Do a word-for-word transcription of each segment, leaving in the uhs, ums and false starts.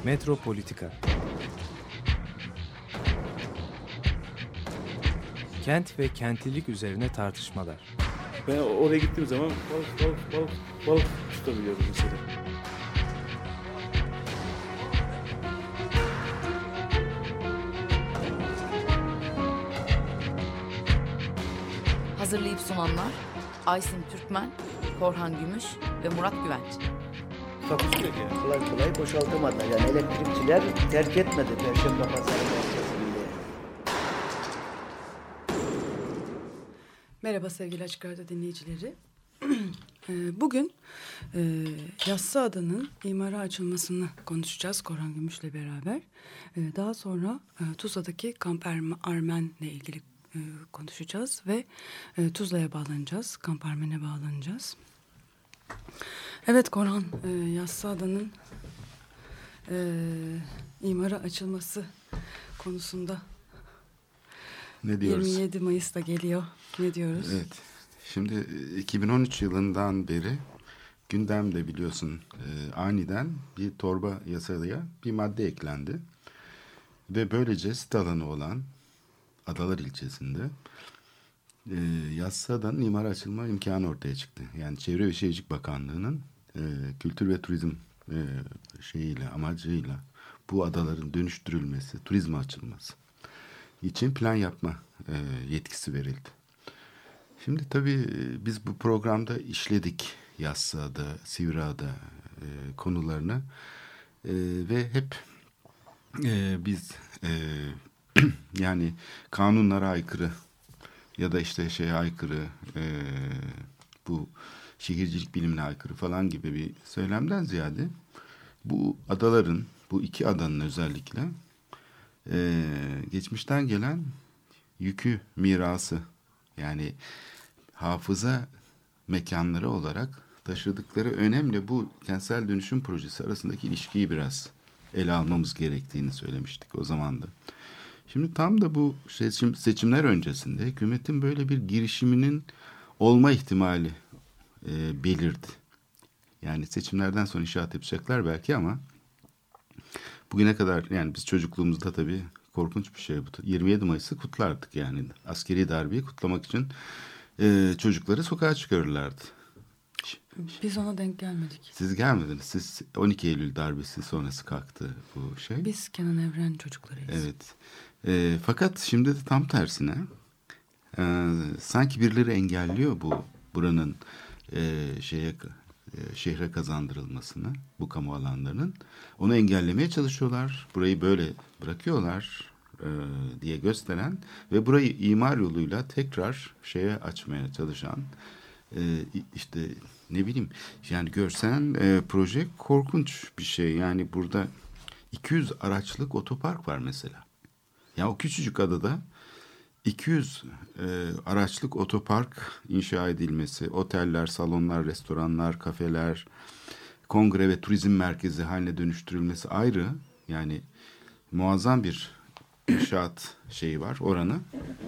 Metropolitika. Kent ve kentlilik üzerine tartışmalar. Ben oraya gittiğim zaman balık balık balık balık tutabiliyorum mesela. Hazırlayıp sunanlar Aysin Türkmen, Korhan Gümüş ve Murat Güvenç. Takusu yok yani. Kolay kolay boşaltamadılar. Yani elektrikçiler terk etmedi Perşembe Pazarı merkezini. Merhaba sevgili Açık Radyo dinleyicileri. Bugün e, Yassıada'nın imara açılmasını konuşacağız Korhan Gümüş'le beraber. E, daha sonra e, Tuzla'daki Kamp Armen'le ilgili e, konuşacağız ve e, Tuzla'ya bağlanacağız, Kamp Armen'e bağlanacağız. Evet Korhan, e, Yassıada'nın e, imara açılması konusunda ne diyoruz? yirmi yedi Mayıs'ta geliyor. Ne diyoruz? Evet. Şimdi iki bin on üç yılından beri gündemde biliyorsun e, aniden bir torba yasaya bir madde eklendi. Ve böylece sit alanı olan Adalar ilçesinde e, Yassıada'nın imara açılma imkanı ortaya çıktı. Yani Çevre ve Şehircilik Bakanlığı'nın e, Kültür ve Turizm e, şeyiyle, amacıyla bu adaların dönüştürülmesi, turizme açılması için plan yapma e, yetkisi verildi. Şimdi tabii biz bu programda işledik Yassıada, Sivriada e, konularını e, ve hep e, biz e, yani kanunlara aykırı ya da işte şeye aykırı e, bu şehircilik bilimine aykırı falan gibi bir söylemden ziyade bu adaların, bu iki adanın özellikle e, geçmişten gelen yükü, mirası, yani hafıza mekanları olarak taşıdıkları önemli bu kentsel dönüşüm projesi arasındaki ilişkiyi biraz ele almamız gerektiğini söylemiştik o zaman da. Şimdi tam da bu seçim, seçimler öncesinde hükümetin böyle bir girişiminin olma ihtimali e, belirdi. Yani seçimlerden sonra inşaat yapacaklar belki ama bugüne kadar yani biz çocukluğumuzda tabii korkunç bir şey bu. yirmi yedi Mayıs'ı kutlardık yani askeri darbeyi kutlamak için e, çocukları sokağa çıkarırlardı. Biz ona denk gelmedik. Siz gelmediniz. Siz on iki Eylül darbesi sonrası kalktı bu şey. Biz Kenan Evren çocuklarıyız. Evet. E, fakat şimdi de tam tersine e, sanki birileri engelliyor bu buranın e, şeye e, şehre kazandırılmasını, bu kamu alanlarının. Onu engellemeye çalışıyorlar. Burayı böyle bırakıyorlar e, diye gösteren ve burayı imar yoluyla tekrar şeye açmaya çalışan e, işte ne bileyim yani görsen e, proje korkunç bir şey. Yani burada iki yüz araçlık otopark var mesela. Ya o küçücük adada iki yüz e, araçlık otopark inşa edilmesi, oteller, salonlar, restoranlar, kafeler, kongre ve turizm merkezi haline dönüştürülmesi ayrı. Yani muazzam bir inşaat şeyi var, oranı.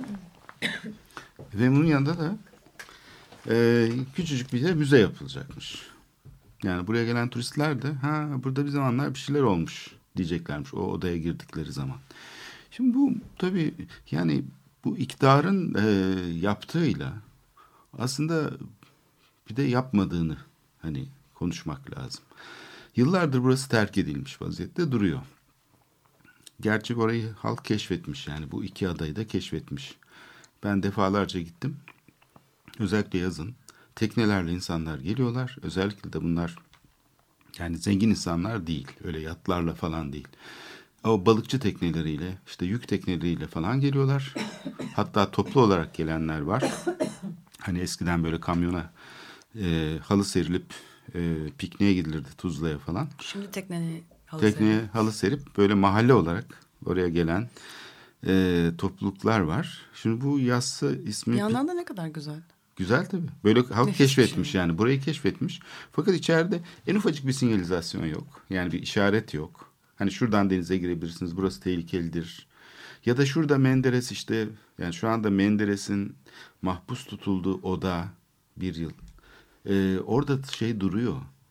Ve bunun yanında da e, küçücük bir de müze yapılacakmış. Yani buraya gelen turistler de ha burada bir zamanlar bir şeyler olmuş diyeceklermiş o odaya girdikleri zaman. Şimdi bu tabii yani bu iktidarın e, yaptığıyla aslında bir de yapmadığını hani konuşmak lazım. Yıllardır burası terk edilmiş vaziyette duruyor. Gerçi orayı halk keşfetmiş yani bu iki adayı da keşfetmiş. Ben defalarca gittim. Özellikle yazın teknelerle insanlar geliyorlar. Özellikle de bunlar yani zengin insanlar değil. Öyle yatlarla falan değil. O balıkçı tekneleriyle, işte yük tekneleriyle falan geliyorlar. Hatta toplu olarak gelenler var. Hani eskiden böyle kamyona e, halı serilip e, pikniğe gidilirdi Tuzla'ya falan. Şimdi tekneye halı Tekneye serip. halı serip böyle mahalle olarak oraya gelen e, topluluklar var. Şimdi bu Yassı ismi... Bir yandan da ne kadar güzel. Güzel tabii. Böyle halk Nefis keşfetmiş şey. yani. Burayı keşfetmiş. Fakat içeride en ufacık bir sinyalizasyon yok. Yani bir işaret yok. Hani şuradan denize girebilirsiniz. Burası tehlikelidir. Ya da şurada Menderes işte yani şu anda Menderes'in mahpus tutulduğu oda bir yıl. Ee, orada şey duruyor.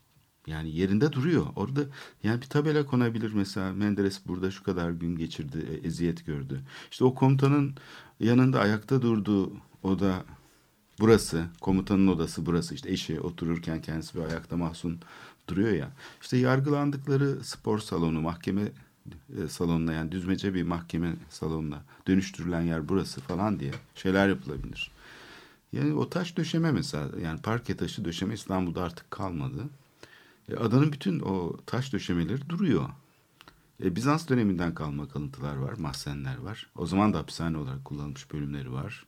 Yani yerinde duruyor. Orada yani bir tabela konabilir mesela. Menderes burada şu kadar gün geçirdi, e, eziyet gördü. İşte o komutanın yanında ayakta durduğu oda burası. Komutanın odası burası. İşte eşi otururken kendisi bir ayakta mahzun duruyor ya. İşte yargılandıkları spor salonu, mahkeme e, salonuna, yani düzmece bir mahkeme salonuna dönüştürülen yer burası falan diye şeyler yapılabilir. Yani o taş döşeme mesela, yani parke taşı döşeme İstanbul'da artık kalmadı. E, adanın bütün o taş döşemeleri duruyor. E, Bizans döneminden kalma kalıntılar var, mahzenler var. O zaman da hapishane olarak kullanılmış bölümleri var.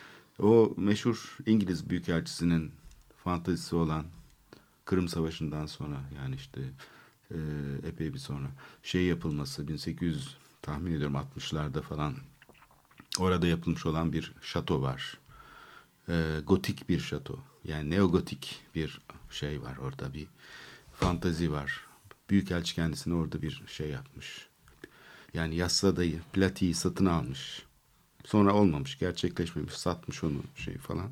O meşhur İngiliz Büyükelçisi'nin fantezisi olan Kırım Savaşı'ndan sonra, yani işte e, epey bir sonra şey yapılması, bin sekiz yüz tahmin ediyorum altmışlarda falan orada yapılmış olan bir şato var. E, gotik bir şato. Yani neogotik bir şey var orada, bir fantazi var. Büyükelçi kendisine orada bir şey yapmış. Yani Yassıada'yı, Plati'yi satın almış. Sonra olmamış, gerçekleşmemiş, satmış onu şey falan.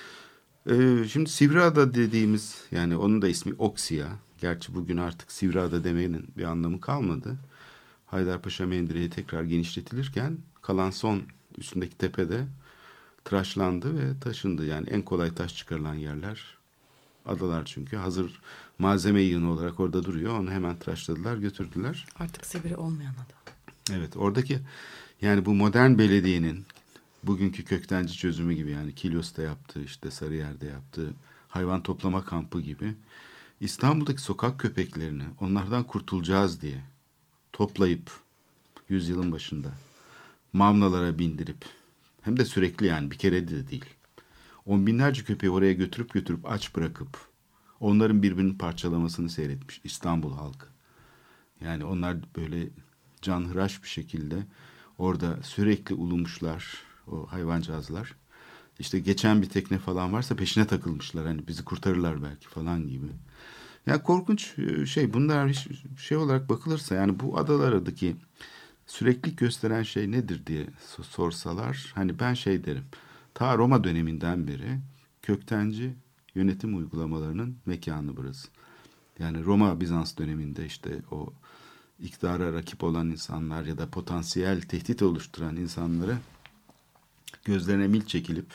Ee, şimdi Sivriada dediğimiz, yani onun da ismi Oksiya. Gerçi bugün artık Sivriada demenin bir anlamı kalmadı. Haydarpaşa Mendireği tekrar genişletilirken kalan son üstündeki tepede tıraşlandı ve taşındı. Yani en kolay taş çıkarılan yerler adalar, çünkü hazır malzeme yığını olarak orada duruyor. Onu hemen tıraşladılar, götürdüler. Artık Sivri olmayan ada. Evet, oradaki yani bu modern belediyenin bugünkü köktenci çözümü gibi, yani Kilyos'ta yaptığı, işte Sarıyer'de yaptığı hayvan toplama kampı gibi İstanbul'daki sokak köpeklerini onlardan kurtulacağız diye toplayıp yüzyılın başında mavnalara bindirip, hem de sürekli, yani bir kere de değil, on binlerce köpeği oraya götürüp götürüp aç bırakıp onların birbirini parçalamasını seyretmiş İstanbul halkı. Yani onlar böyle canhıraş bir şekilde orada sürekli ulumuşlar, o hayvancağızlar. İşte geçen bir tekne falan varsa peşine takılmışlar. Hani bizi kurtarırlar belki falan gibi. Yani korkunç şey, bunlar hiç şey olarak bakılırsa, yani bu adalardaki sürekli gösteren şey nedir diye sorsalar, hani ben şey derim. Ta Roma döneminden beri köktenci yönetim uygulamalarının mekanı burası. Yani Roma Bizans döneminde işte o iktidara rakip olan insanlar ya da potansiyel tehdit oluşturan insanları gözlerine mil çekilip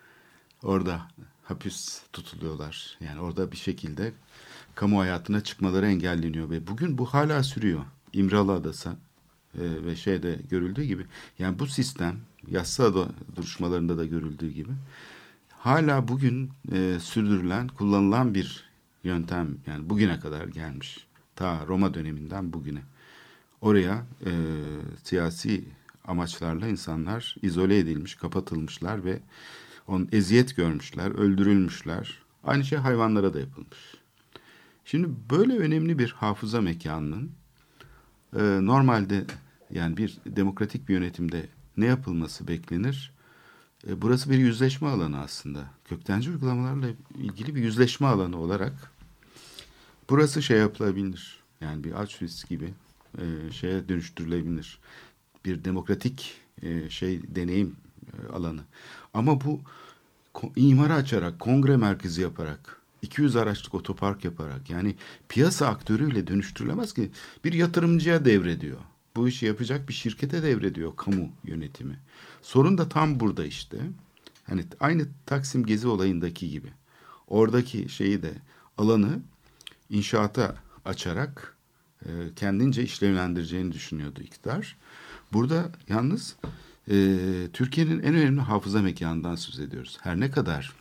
orada hapis tutuluyorlar. Yani orada bir şekilde kamu hayatına çıkmaları engelleniyor ve bugün bu hala sürüyor. İmralı Adası e, ve şeyde görüldüğü gibi, yani bu sistem Yassıada duruşmalarında da görüldüğü gibi hala bugün e, sürdürülen, kullanılan bir yöntem, yani bugüne kadar gelmiş. Ta Roma döneminden bugüne. Oraya e, siyasi amaçlarla insanlar izole edilmiş, kapatılmışlar ve on eziyet görmüşler, öldürülmüşler. Aynı şey hayvanlara da yapılmış. Şimdi böyle önemli bir hafıza mekanının e, normalde, yani bir demokratik bir yönetimde ne yapılması beklenir? E, burası bir yüzleşme alanı aslında. Köktenci uygulamalarla ilgili bir yüzleşme alanı olarak burası şey yapılabilir. Yani bir Auschwitz gibi e, şeye dönüştürülebilir. Bir demokratik e, şey deneyim e, alanı. Ama bu imara açarak, kongre merkezi yaparak, iki yüz araçlık otopark yaparak, yani piyasa aktörüyle dönüştürülemez ki. Bir yatırımcıya devrediyor. Bu işi yapacak bir şirkete devrediyor kamu yönetimi. Sorun da tam burada işte. Hani aynı Taksim Gezi olayındaki gibi. Oradaki şeyi de, alanı inşaata açarak e, kendince işlevlendireceğini düşünüyordu iktidar. Burada yalnız e, Türkiye'nin en önemli hafıza mekanından söz ediyoruz. Her ne kadar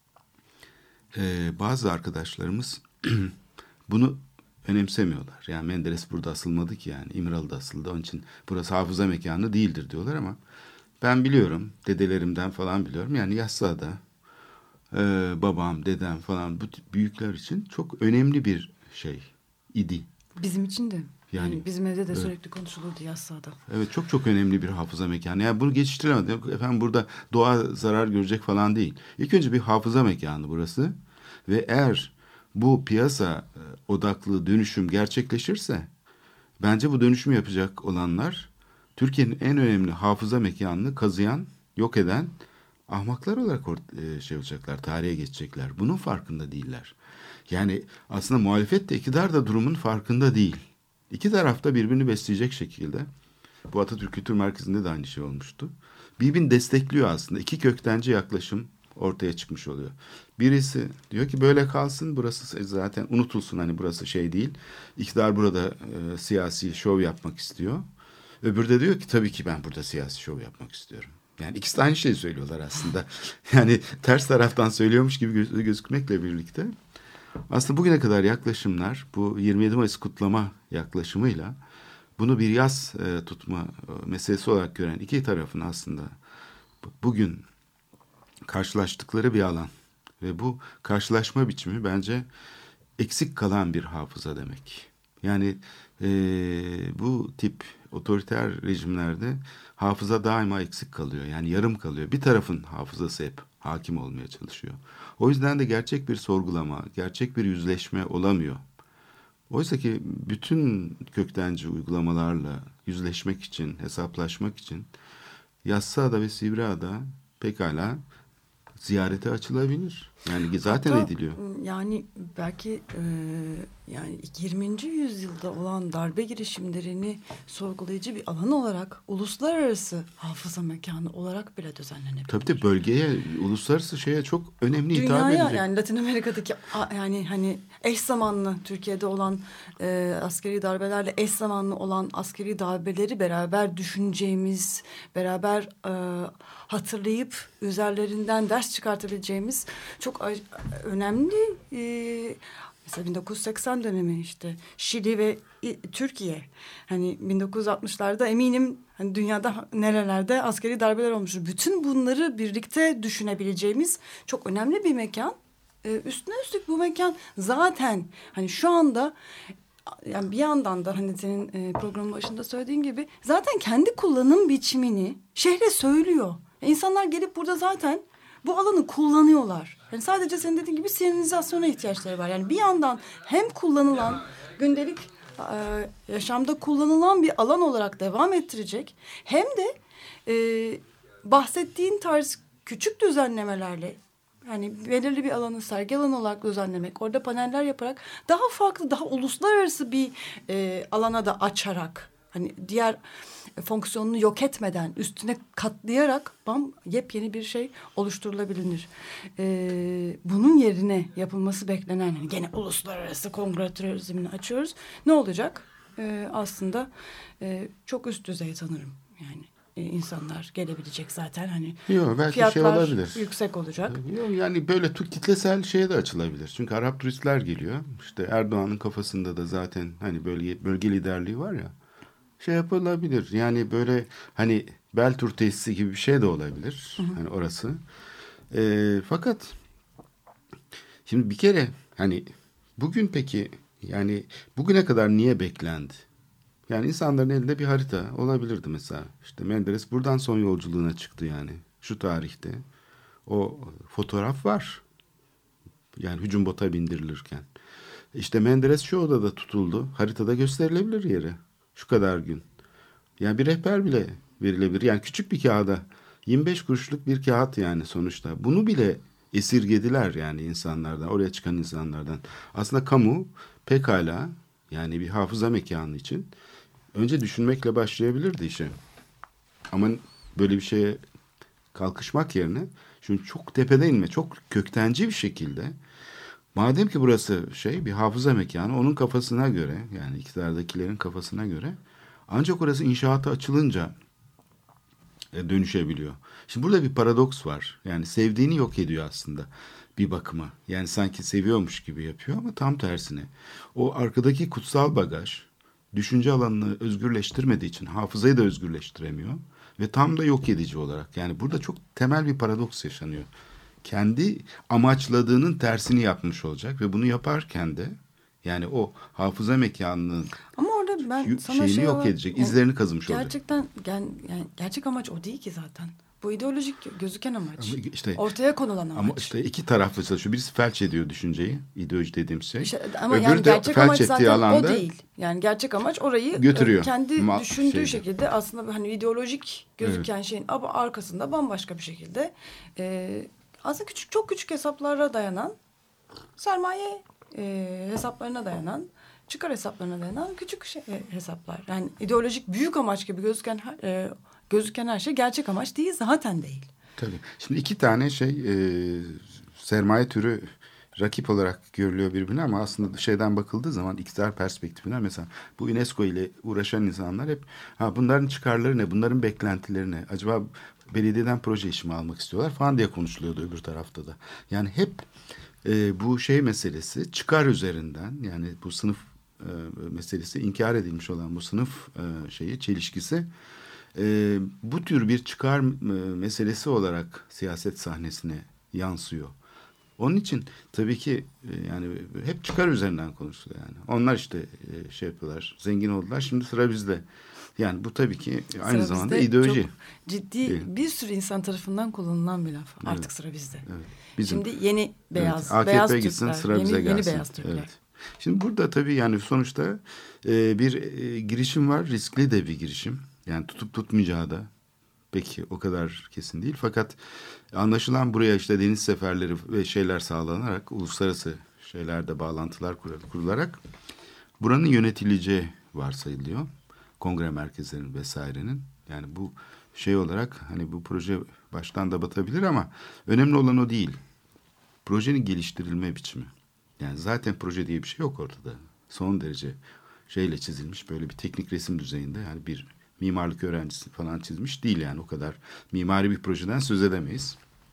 e, bazı arkadaşlarımız bunu önemsemiyorlar. Yani Menderes burada asılmadı ki, yani İmralı'da asıldı. Onun için burası hafıza mekanı değildir diyorlar ama ben biliyorum, dedelerimden falan biliyorum. Yani Yassıada, e, babam, dedem falan, bu büyükler için çok önemli bir şey idi. Bizim için de. Yani, Yani, bizim evde de evet. sürekli konuşulurdu Yassıada. Evet, çok çok önemli bir hafıza mekanı. Yani bunu geçiştiremez. Efendim burada doğa zarar görecek falan değil. İlk önce bir hafıza mekanı burası. Ve eğer bu piyasa odaklı dönüşüm gerçekleşirse, bence bu dönüşümü yapacak olanlar Türkiye'nin en önemli hafıza mekanını kazıyan, yok eden ahmaklar olarak or- e, şey olacaklar, tarihe geçecekler. Bunun farkında değiller. Yani aslında muhalefet de iktidar da durumun farkında değil. İki tarafta birbirini besleyecek şekilde. Bu Atatürk Kültür Merkezi'nde de aynı şey olmuştu. Birbirini destekliyor aslında. İki köktenci yaklaşım ortaya çıkmış oluyor. Birisi diyor ki böyle kalsın, burası zaten unutulsun, hani burası şey değil. İktidar burada e, siyasi şov yapmak istiyor. Öbürü de diyor ki tabii ki ben burada siyasi şov yapmak istiyorum. Yani ikisi de aynı şeyi söylüyorlar aslında. Yani ters taraftan söylüyormuş gibi göz- gözükmekle birlikte. Aslında bugüne kadar yaklaşımlar, bu yirmi yedi Mayıs kutlama yaklaşımıyla bunu bir yas e, tutma e, meselesi olarak gören iki tarafın aslında bugün karşılaştıkları bir alan. Ve bu karşılaşma biçimi bence eksik kalan bir hafıza demek. Yani e, bu tip otoriter rejimlerde hafıza daima eksik kalıyor. Yani yarım kalıyor. Bir tarafın hafızası hep hakim olmaya çalışıyor. O yüzden de gerçek bir sorgulama, gerçek bir yüzleşme olamıyor. Oysa ki bütün köktenci uygulamalarla yüzleşmek için, hesaplaşmak için Yassıada ve Sivriada pekala ziyarete açılabilir. Yani zaten Hatta, ediliyor. Yani belki e, yani yirminci yüzyılda olan darbe girişimlerini sorgulayıcı bir alan olarak uluslararası hafıza mekanı olarak bile düzenlenebilir. Tabii de bölgeye, uluslararası şeye çok önemli hitap Dünyaya, edecek. yani Latin Amerika'daki a- yani hani eş zamanlı Türkiye'de olan e, askeri darbelerle eş zamanlı olan askeri darbeleri beraber düşüneceğimiz, beraber e, hatırlayıp üzerlerinden ders çıkartabileceğimiz çok a- önemli e, mesela bin dokuz yüz seksen dönemi işte Şili ve İ- Türkiye, hani bin dokuz yüz altmışlarda eminim hani dünyada nerelerde askeri darbeler olmuştur. Bütün bunları birlikte düşünebileceğimiz çok önemli bir mekan. Ee, üstüne üstlük bu mekan zaten hani şu anda, yani bir yandan da hani senin e, programın başında söylediğin gibi zaten kendi kullanım biçimini şehre söylüyor. İnsanlar gelip burada zaten bu alanı kullanıyorlar. Yani sadece senin dediğin gibi siyanizasyona ihtiyaçları var. Yani bir yandan hem kullanılan, gündelik e, yaşamda kullanılan bir alan olarak devam ettirecek, hem de e, bahsettiğin tarz küçük düzenlemelerle, yani belirli bir alanı sergi alanı olarak düzenlemek, orada paneller yaparak daha farklı, daha uluslararası bir e, alana da açarak, hani diğer fonksiyonunu yok etmeden, üstüne katlayarak bam yepyeni bir şey oluşturulabilir. Ee, bunun yerine yapılması beklenen, yani gene uluslararası kongratüerizmini açıyoruz. Ne olacak? Ee, aslında e, çok üst düzey sanırım. Yani e, insanlar gelebilecek zaten, hani Yok, belki fiyatlar şey olabilir. yüksek olacak. Yok, yani böyle tu- kitlesel şeye de açılabilir. Çünkü Arap turistler geliyor. İşte Erdoğan'ın kafasında da zaten hani bölge, bölge liderliği var ya. Şey yapılabilir. Yani böyle hani bel tur tesisi gibi bir şey de olabilir. Hı hı. Hani orası. Ee, fakat şimdi bir kere hani bugün peki yani bugüne kadar niye beklendi? Yani insanların elinde bir harita olabilirdi mesela. İşte Menderes buradan son yolculuğuna çıktı yani. Şu tarihte. O fotoğraf var. Yani hücum bota bindirilirken. İşte Menderes şu odada tutuldu. Haritada gösterilebilir yeri. Şu kadar gün. Yani bir rehber bile verilebilir. Yani küçük bir kağıda yirmi beş kuruşluk bir kağıt yani sonuçta. Bunu bile esirgediler yani insanlardan, oraya çıkan insanlardan. Aslında kamu pekala yani bir hafıza mekanı için önce düşünmekle başlayabilirdi işe. Ama böyle bir şeye kalkışmak yerine şimdi çok tepeden inme, çok köktenci bir şekilde madem ki burası şey bir hafıza mekanı, onun kafasına göre yani iktidardakilerin kafasına göre ancak orası inşaata açılınca e, dönüşebiliyor. Şimdi burada bir paradoks var. Yani sevdiğini yok ediyor aslında bir bakıma. Yani sanki seviyormuş gibi yapıyor ama tam tersine. O arkadaki kutsal bagaj düşünce alanını özgürleştirmediği için hafızayı da özgürleştiremiyor. Ve tam da yok edici olarak. Yani burada çok temel bir paradoks yaşanıyor. Kendi amaçladığının tersini yapmış olacak ve bunu yaparken de yani o hafıza mekanının Ama orada ben Yu- sana şeyini şey yok olarak- edecek, yani izlerini kazımış olacak. Gerçekten yani, yani gerçek amaç o değil ki zaten. Bu ideolojik gözüken amaç. Ama işte, Ortaya konulan amaç. Ama işte iki taraflı çalışıyor. Birisi felç ediyor düşünceyi. İdeoloji dediğim şey. İşte, ama Öbürü yani de gerçek felç amaç ettiği zaten alanda o değil. Yani gerçek amaç orayı götürüyor. e, kendi Ma- düşündüğü şeyde. şekilde aslında hani ideolojik gözüken evet. şeyin ama arkasında bambaşka bir şekilde e, aslında küçük çok küçük hesaplara dayanan sermaye e, hesaplarına dayanan çıkar hesaplarına dayanan küçük şey, e, hesaplar. Yani ideolojik büyük amaç gibi gözüken e, gözüken her şey gerçek amaç değil, zaten değil. Tabii. Şimdi iki tane şey e, sermaye türü rakip olarak görülüyor birbirine ama aslında şeyden bakıldığı zaman iktidar perspektifinden mesela bu UNESCO ile uğraşan insanlar hep ha bunların çıkarları ne, bunların beklentileri ne, acaba belediyeden proje işimi almak istiyorlar falan diye konuşuluyordu öbür tarafta da. Yani hep e, bu şey meselesi çıkar üzerinden, yani bu sınıf e, meselesi, inkar edilmiş olan bu sınıf e, şeyi çelişkisi e, bu tür bir çıkar e, meselesi olarak siyaset sahnesine yansıyor. Onun için tabii ki e, yani hep çıkar üzerinden konuşuluyor yani. Onlar işte e, şey yapıyorlar, zengin oldular, şimdi sıra bizde. Yani bu tabii ki aynı sıra zamanda ideoloji. Çok ciddi değil. Bir sürü insan tarafından kullanılan bir laf. Evet. Artık sıra bizde. Evet. Bizim, şimdi yeni beyaz, evet, beyaz gitsin, Türkler, sıra yeni, bize gelsin. yeni beyaz Türkler. Evet. Şimdi burada tabii yani sonuçta e, bir e, girişim var, riskli de bir girişim. Yani tutup tutmayacağı da peki o kadar kesin değil. Fakat anlaşılan buraya işte deniz seferleri ve şeyler sağlanarak, uluslararası şeylerde bağlantılar kurularak buranın yönetileceği varsayılıyor. Kongre merkezlerinin vesairenin. Yani bu şey olarak hani bu proje baştan da batabilir ama önemli olan o değil. Projenin geliştirilme biçimi. Yani zaten proje diye bir şey yok ortada. Son derece şeyle çizilmiş böyle bir teknik resim düzeyinde, yani bir mimarlık öğrencisi falan çizmiş değil yani, o kadar mimari bir projeden söz edemeyiz.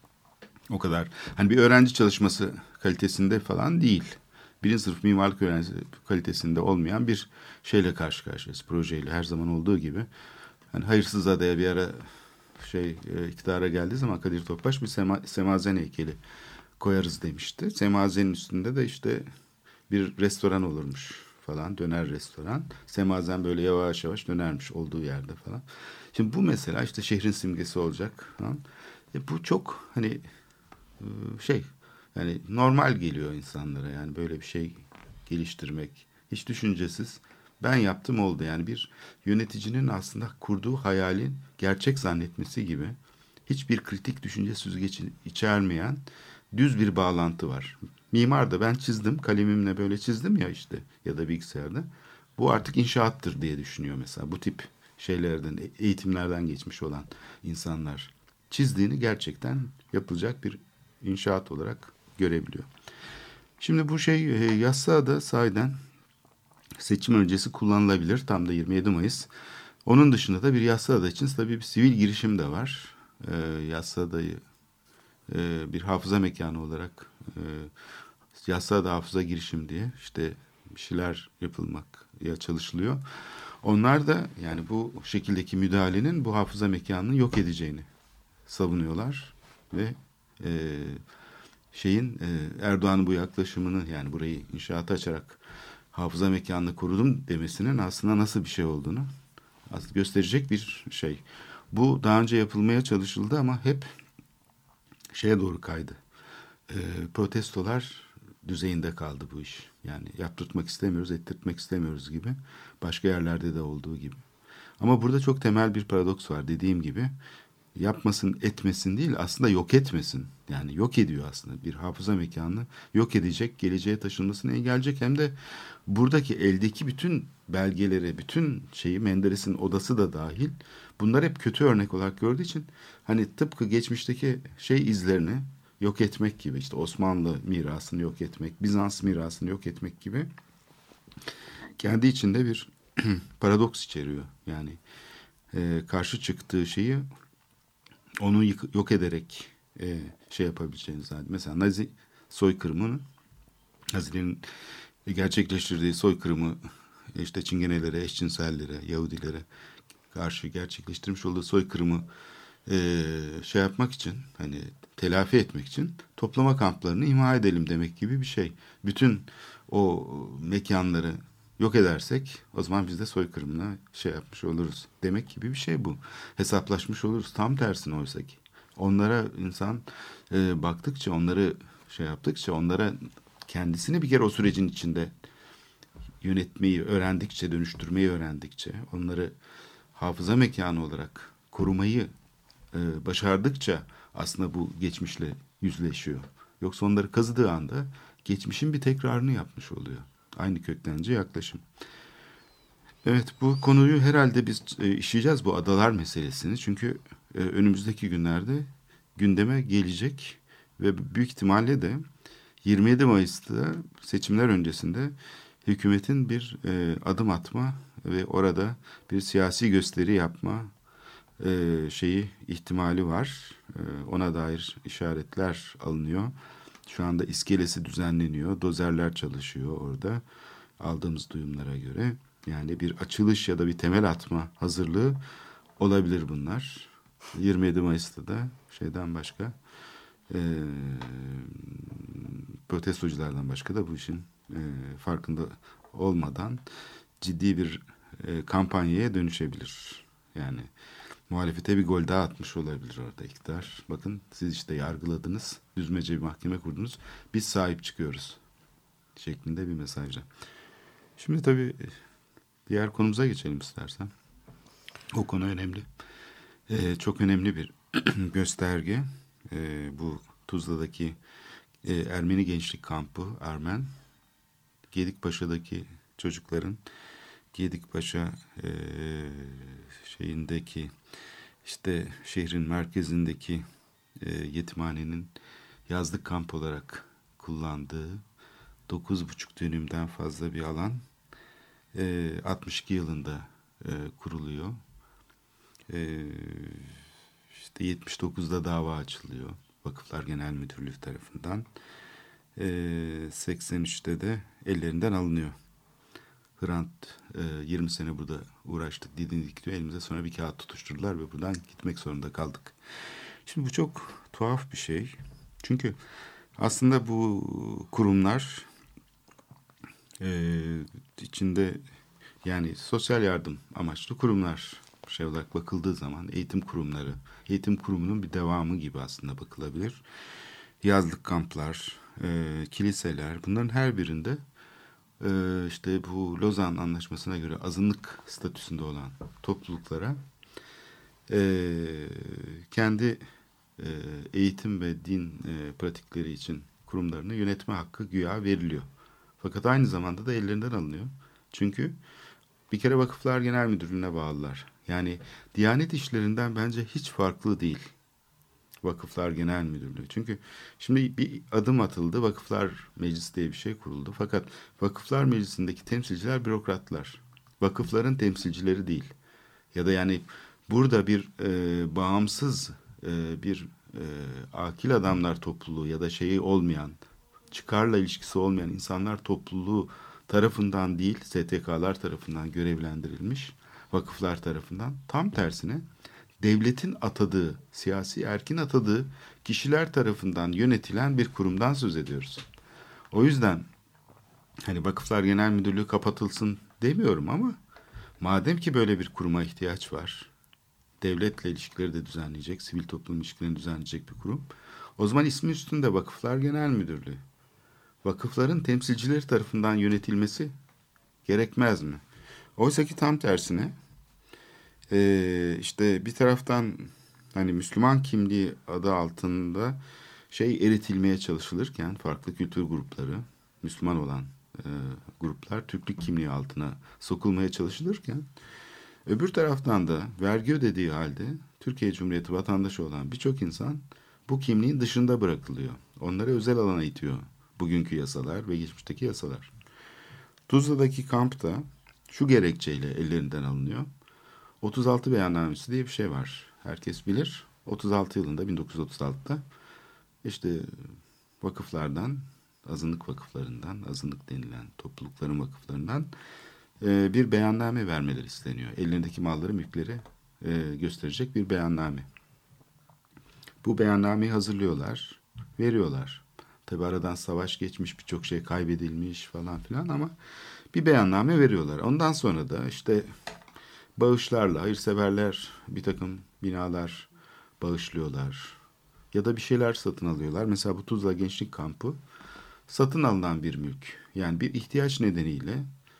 O kadar hani bir öğrenci çalışması kalitesinde falan değil. Birinci sınıf mimarlık öğrencisi kalitesinde olmayan bir şeyle karşı karşıyayız, projeyle her zaman olduğu gibi. Hani hayırsız adaya bir ara şey e, iktidara geldiği zaman Kadir Topbaş bir sema, semazen heykeli koyarız demişti. Semazenin üstünde de işte bir restoran olurmuş falan, döner restoran. Semazen böyle yavaş yavaş dönermiş olduğu yerde falan. Şimdi bu mesela işte şehrin simgesi olacak falan. E bu çok hani şey yani normal geliyor insanlara, yani böyle bir şey geliştirmek hiç düşüncesiz. Ben yaptım oldu, yani bir yöneticinin aslında kurduğu hayalin gerçek zannetmesi gibi hiçbir kritik düşünce süzgeci içermeyen düz bir bağlantı var. Mimar da ben çizdim, kalemimle böyle çizdim ya işte, ya da bilgisayarda. Bu artık inşaattır diye düşünüyor mesela. Bu tip şeylerden, eğitimlerden geçmiş olan insanlar çizdiğini gerçekten yapılacak bir inşaat olarak görebiliyor. Şimdi bu şey Yassıada sahiden seçim öncesi kullanılabilir. Tam da yirmi yedi Mayıs. Onun dışında da bir Yassıada için tabii bir sivil girişim de var. Ee, Yassıada'yı e, bir hafıza mekanı olarak e, Yassıada hafıza girişim diye işte bir şeyler yapılmaya çalışılıyor. Onlar da yani bu şekildeki müdahalenin bu hafıza mekanını yok edeceğini savunuyorlar ve e, şeyin e, Erdoğan'ın bu yaklaşımını, yani burayı inşaata açarak hafıza mekanını korudum demesinin aslında nasıl bir şey olduğunu aslında gösterecek bir şey. Bu daha önce yapılmaya çalışıldı ama hep şeye doğru kaydı. E, protestolar düzeyinde kaldı bu iş. Yani yaptırtmak istemiyoruz, ettirtmek istemiyoruz gibi. Başka yerlerde de olduğu gibi. Ama burada çok temel bir paradoks var. Dediğim gibi yapmasın, etmesin değil, aslında yok etmesin. Yani yok ediyor aslında. Bir hafıza mekanını yok edecek, geleceğe taşınmasını engelleyecek. Hem de buradaki eldeki bütün belgeleri, bütün şeyi, Menderes'in odası da dahil, bunlar hep kötü örnek olarak gördüğü için hani tıpkı geçmişteki şey izlerini yok etmek gibi, işte Osmanlı mirasını yok etmek, Bizans mirasını yok etmek gibi kendi içinde bir paradoks içeriyor. Yani e, karşı çıktığı şeyi onu yık, yok ederek e, şey yapabileceğiniz zaten. Mesela Nazi soykırımını, Nazilerin gerçekleştirdiği soykırımı işte Çingenelere, eşcinsellere, Yahudilere karşı gerçekleştirmiş olduğu soykırımı e, şey yapmak için, hani telafi etmek için toplama kamplarını imha edelim demek gibi bir şey. Bütün o mekanları yok edersek o zaman biz de soykırımına şey yapmış oluruz. Demek gibi bir şey bu. Hesaplaşmış oluruz. Tam tersine oysa ki. Onlara insan e, baktıkça, onları şey yaptıkça, onlara kendisini bir kere o sürecin içinde yönetmeyi öğrendikçe, dönüştürmeyi öğrendikçe, onları hafıza mekanı olarak korumayı e, başardıkça aslında bu geçmişle yüzleşiyor. Yoksa onları kazıdığı anda geçmişin bir tekrarını yapmış oluyor. Aynı köktenci yaklaşım. Evet, bu konuyu herhalde biz e, işleyeceğiz, bu adalar meselesini. Çünkü e, önümüzdeki günlerde gündeme gelecek ve büyük ihtimalle de yirmi yedi Mayıs'ta seçimler öncesinde hükümetin bir e, adım atma ve orada bir siyasi gösteri yapma e, şeyi ihtimali var. E, ona dair işaretler alınıyor. Şu anda iskelesi düzenleniyor. Dozerler çalışıyor orada. Aldığımız duyumlara göre. Yani bir açılış ya da bir temel atma hazırlığı olabilir bunlar. yirmi yedi Mayıs'ta da şeyden başka e, protestoculardan başka da bu işin e, farkında olmadan ciddi bir e, kampanyaya dönüşebilir. Yani muhalefete bir gol daha atmış olabilir orada iktidar. Bakın siz işte yargıladınız, düzmece bir mahkeme kurdunuz, biz sahip çıkıyoruz şeklinde bir mesajla. Şimdi tabii diğer konumuza geçelim istersen. O konu önemli. Ee, çok önemli bir gösterge. Ee, bu Tuzla'daki e, Ermeni Gençlik Kampı, Armen. Gedikpaşa'daki çocukların Gedikpaşa e, şeyindeki işte şehrin merkezindeki e, yetimhanenin yazlık kamp olarak kullandığı dokuz buçuk dönümden fazla bir alan e, altmış iki yılında e, kuruluyor. E, işte yetmiş dokuzda dava açılıyor Vakıflar Genel Müdürlüğü tarafından. E, seksen üçte de ellerinden alınıyor. Hrant e, yirmi sene burada uğraştık, didindik diyor. Elimize sonra bir kağıt tutuşturdular ve buradan gitmek zorunda kaldık. Şimdi bu çok tuhaf bir şey. Çünkü aslında bu kurumlar e, içinde yani sosyal yardım amaçlı kurumlar şey olarak bakıldığı zaman eğitim kurumları, eğitim kurumunun bir devamı gibi aslında bakılabilir. Yazlık kamplar, e, kiliseler, bunların her birinde e, işte bu Lozan Anlaşması'na göre azınlık statüsünde olan topluluklara e, kendi e, eğitim ve din e, pratikleri için kurumlarını yönetme hakkı güya veriliyor. Fakat aynı zamanda da ellerinden alınıyor. Çünkü bir kere Vakıflar Genel Müdürlüğü'ne bağlılar. Yani Diyanet işlerinden bence hiç farklı değil Vakıflar Genel Müdürlüğü. Çünkü şimdi bir adım atıldı. Vakıflar Meclisi diye bir şey kuruldu. Fakat Vakıflar Meclisi'ndeki temsilciler bürokratlar. Vakıfların temsilcileri değil. Ya da yani burada bir e, bağımsız e, bir e, akil adamlar topluluğu ya da şeyi olmayan, çıkarla ilişkisi olmayan insanlar topluluğu tarafından değil, S T K'lar tarafından görevlendirilmiş, vakıflar tarafından. Tam tersine devletin atadığı, siyasi erkin atadığı kişiler tarafından yönetilen bir kurumdan söz ediyoruz. O yüzden hani Vakıflar Genel Müdürlüğü kapatılsın demiyorum ama madem ki böyle bir kuruma ihtiyaç var, devletle ilişkileri de düzenleyecek, sivil toplum ilişkilerini düzenleyecek bir kurum, o zaman ismi üstünde Vakıflar Genel Müdürlüğü. Vakıfların temsilcileri tarafından yönetilmesi gerekmez mi? Oysa ki tam tersine e, işte bir taraftan hani Müslüman kimliği adı altında şey eritilmeye çalışılırken farklı kültür grupları, Müslüman olan e, gruplar Türklük kimliği altına sokulmaya çalışılırken öbür taraftan da vergi ödediği halde Türkiye Cumhuriyeti vatandaşı olan birçok insan bu kimliğin dışında bırakılıyor. Onları özel alana itiyor bugünkü yasalar ve geçmişteki yasalar. Tuzla'daki kampta şu gerekçeyle ellerinden alınıyor. otuz altı beyannamesi diye bir şey var. Herkes bilir. otuz altı yılında bin dokuz yüz otuz altıda işte vakıflardan, azınlık vakıflarından, azınlık denilen toplulukların vakıflarından e, bir beyanname vermeleri isteniyor. Ellerindeki malları, mülkleri e, gösterecek bir beyanname. Bu beyannameyi hazırlıyorlar, veriyorlar. Tabi aradan savaş geçmiş, birçok şey kaybedilmiş falan filan ama bir beyanname veriyorlar. Ondan sonra da işte bağışlarla hayırseverler bir takım binalar bağışlıyorlar. Ya da bir şeyler satın alıyorlar. Mesela bu Tuzla Gençlik Kampı satın alınan bir mülk. Yani bir ihtiyaç nedeniyle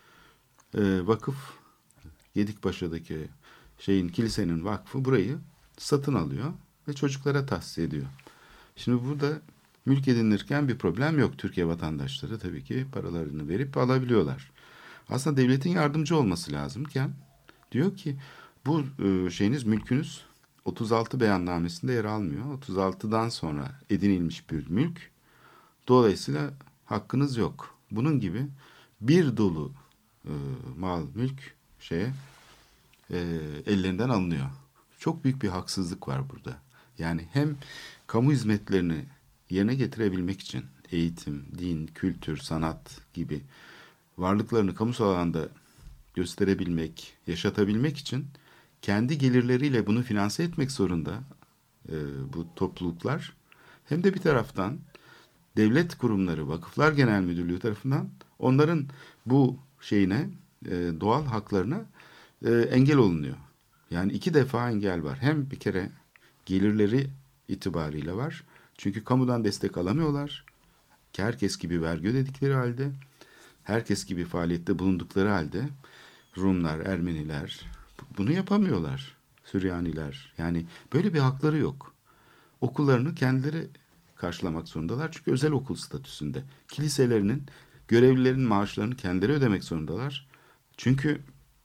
e, vakıf, Gedikpaşa'daki şeyin, kilisenin vakfı burayı satın alıyor ve çocuklara tahsis ediyor. Şimdi burada mülk edinirken bir problem yok. Türkiye vatandaşları tabii ki paralarını verip alabiliyorlar. Aslında devletin yardımcı olması lazımken diyor ki bu e, şeyiniz, mülkünüz otuz altı beyannamesinde yer almıyor. otuz altıdan sonra edinilmiş bir mülk. Dolayısıyla hakkınız yok. Bunun gibi bir dolu e, mal, mülk şeye e, ellerinden alınıyor. Çok büyük bir haksızlık var burada. Yani hem kamu hizmetlerini yerine getirebilmek için eğitim, din, kültür, sanat gibi varlıklarını kamusal alanda gösterebilmek, yaşatabilmek için kendi gelirleriyle bunu finanse etmek zorunda e, bu topluluklar. Hem de bir taraftan devlet kurumları, Vakıflar Genel Müdürlüğü tarafından onların bu şeyine, e, doğal haklarına e, engel olunuyor. Yani iki defa engel var. Hem bir kere gelirleri itibariyle var. Çünkü kamudan destek alamıyorlar. Herkes gibi vergi ödedikleri halde, herkes gibi faaliyette bulundukları halde Rumlar, Ermeniler bunu yapamıyorlar. Süryaniler. Yani böyle bir hakları yok. Okullarını kendileri karşılamak zorundalar. Çünkü özel okul statüsünde. Kiliselerinin, görevlilerin maaşlarını kendileri ödemek zorundalar. Çünkü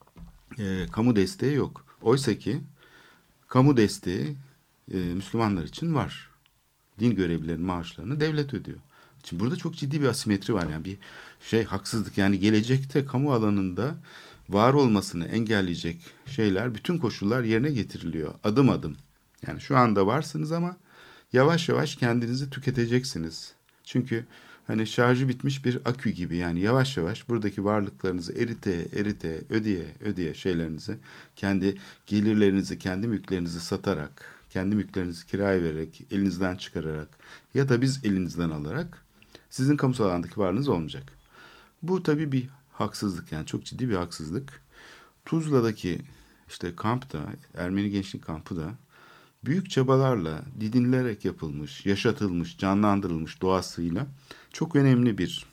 e, kamu desteği yok. Oysa ki kamu desteği e, Müslümanlar için var. Din görevlilerinin maaşlarını devlet ödüyor. Şimdi burada çok ciddi bir asimetri var. Yani bir şey, haksızlık. Yani gelecekte kamu alanında var olmasını engelleyecek şeyler, bütün koşullar yerine getiriliyor. Adım adım. Yani şu anda varsınız ama yavaş yavaş kendinizi tüketeceksiniz. Çünkü hani şarjı bitmiş bir akü gibi, yani yavaş yavaş buradaki varlıklarınızı erite erite ödeye ödeye şeylerinizi, kendi gelirlerinizi, kendi mülklerinizi satarak, kendi mülklerinizi kiraya vererek, elinizden çıkararak ya da biz elinizden alarak sizin kamusal alandaki varlığınız olmayacak. Bu tabii bir haksızlık, yani çok ciddi bir haksızlık. Tuzla'daki işte kampta, Ermeni Gençlik Kampı da büyük çabalarla didinilerek yapılmış, yaşatılmış, canlandırılmış doğasıyla çok önemli bir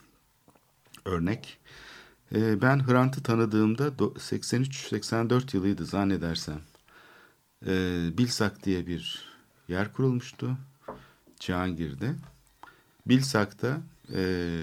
örnek. Ee, ben Hrant'ı tanıdığımda seksen üç seksen dört yılıydı zannedersem. Ee, Bilsak diye bir yer kurulmuştu Cihangir'de. Bilsak'ta e,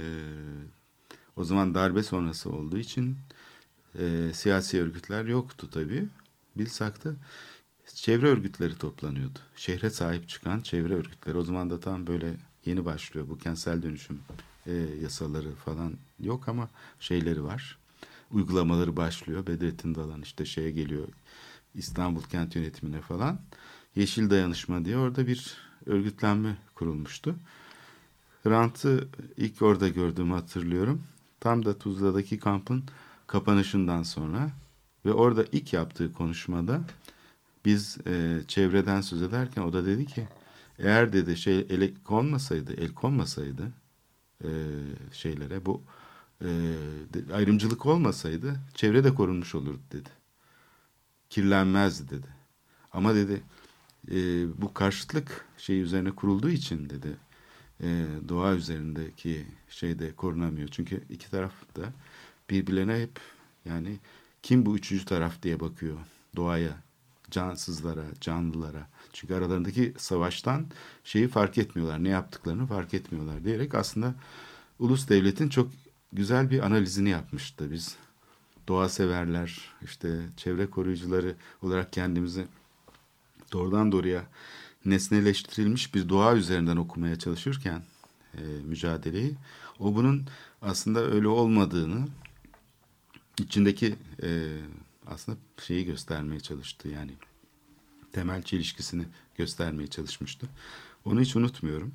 o zaman darbe sonrası olduğu için e, siyasi örgütler yoktu tabii. Bilsak'ta çevre örgütleri toplanıyordu. Şehre sahip çıkan çevre örgütleri. O zaman da tam böyle yeni başlıyor. Bu kentsel dönüşüm e, yasaları falan yok ama şeyleri var. Uygulamaları başlıyor. Bedrettin Dalan işte şeye geliyor, İstanbul Kent Yönetimi'ne falan. Yeşil Dayanışma diye orada bir örgütlenme kurulmuştu. Hrant'ı ilk orada gördüğümü hatırlıyorum. Tam da Tuzla'daki kampın kapanışından sonra ve orada ilk yaptığı konuşmada biz e, çevreden söz ederken o da dedi ki, eğer dedi şey ele konmasaydı, el konmasaydı e, şeylere, bu e, ayrımcılık olmasaydı çevre de korunmuş olurdu dedi. Kirlenmezdi dedi. Ama dedi e, bu karşıtlık şey üzerine kurulduğu için dedi e, doğa üzerindeki şey de korunamıyor. Çünkü iki taraf da birbirlerine hep, yani kim bu üçüncü taraf diye bakıyor doğaya, cansızlara, canlılara. Çünkü aralarındaki savaştan şeyi fark etmiyorlar, ne yaptıklarını fark etmiyorlar diyerek aslında ulus devletin çok güzel bir analizini yapmıştı. Biz doğa severler, işte çevre koruyucuları olarak kendimizi doğrudan doğruya nesneleştirilmiş bir doğa üzerinden okumaya çalışırken e, mücadeleyi, o bunun aslında öyle olmadığını, içindeki e, aslında şeyi göstermeye çalıştı, yani temel çelişkisini göstermeye çalışmıştı. Onu hiç unutmuyorum.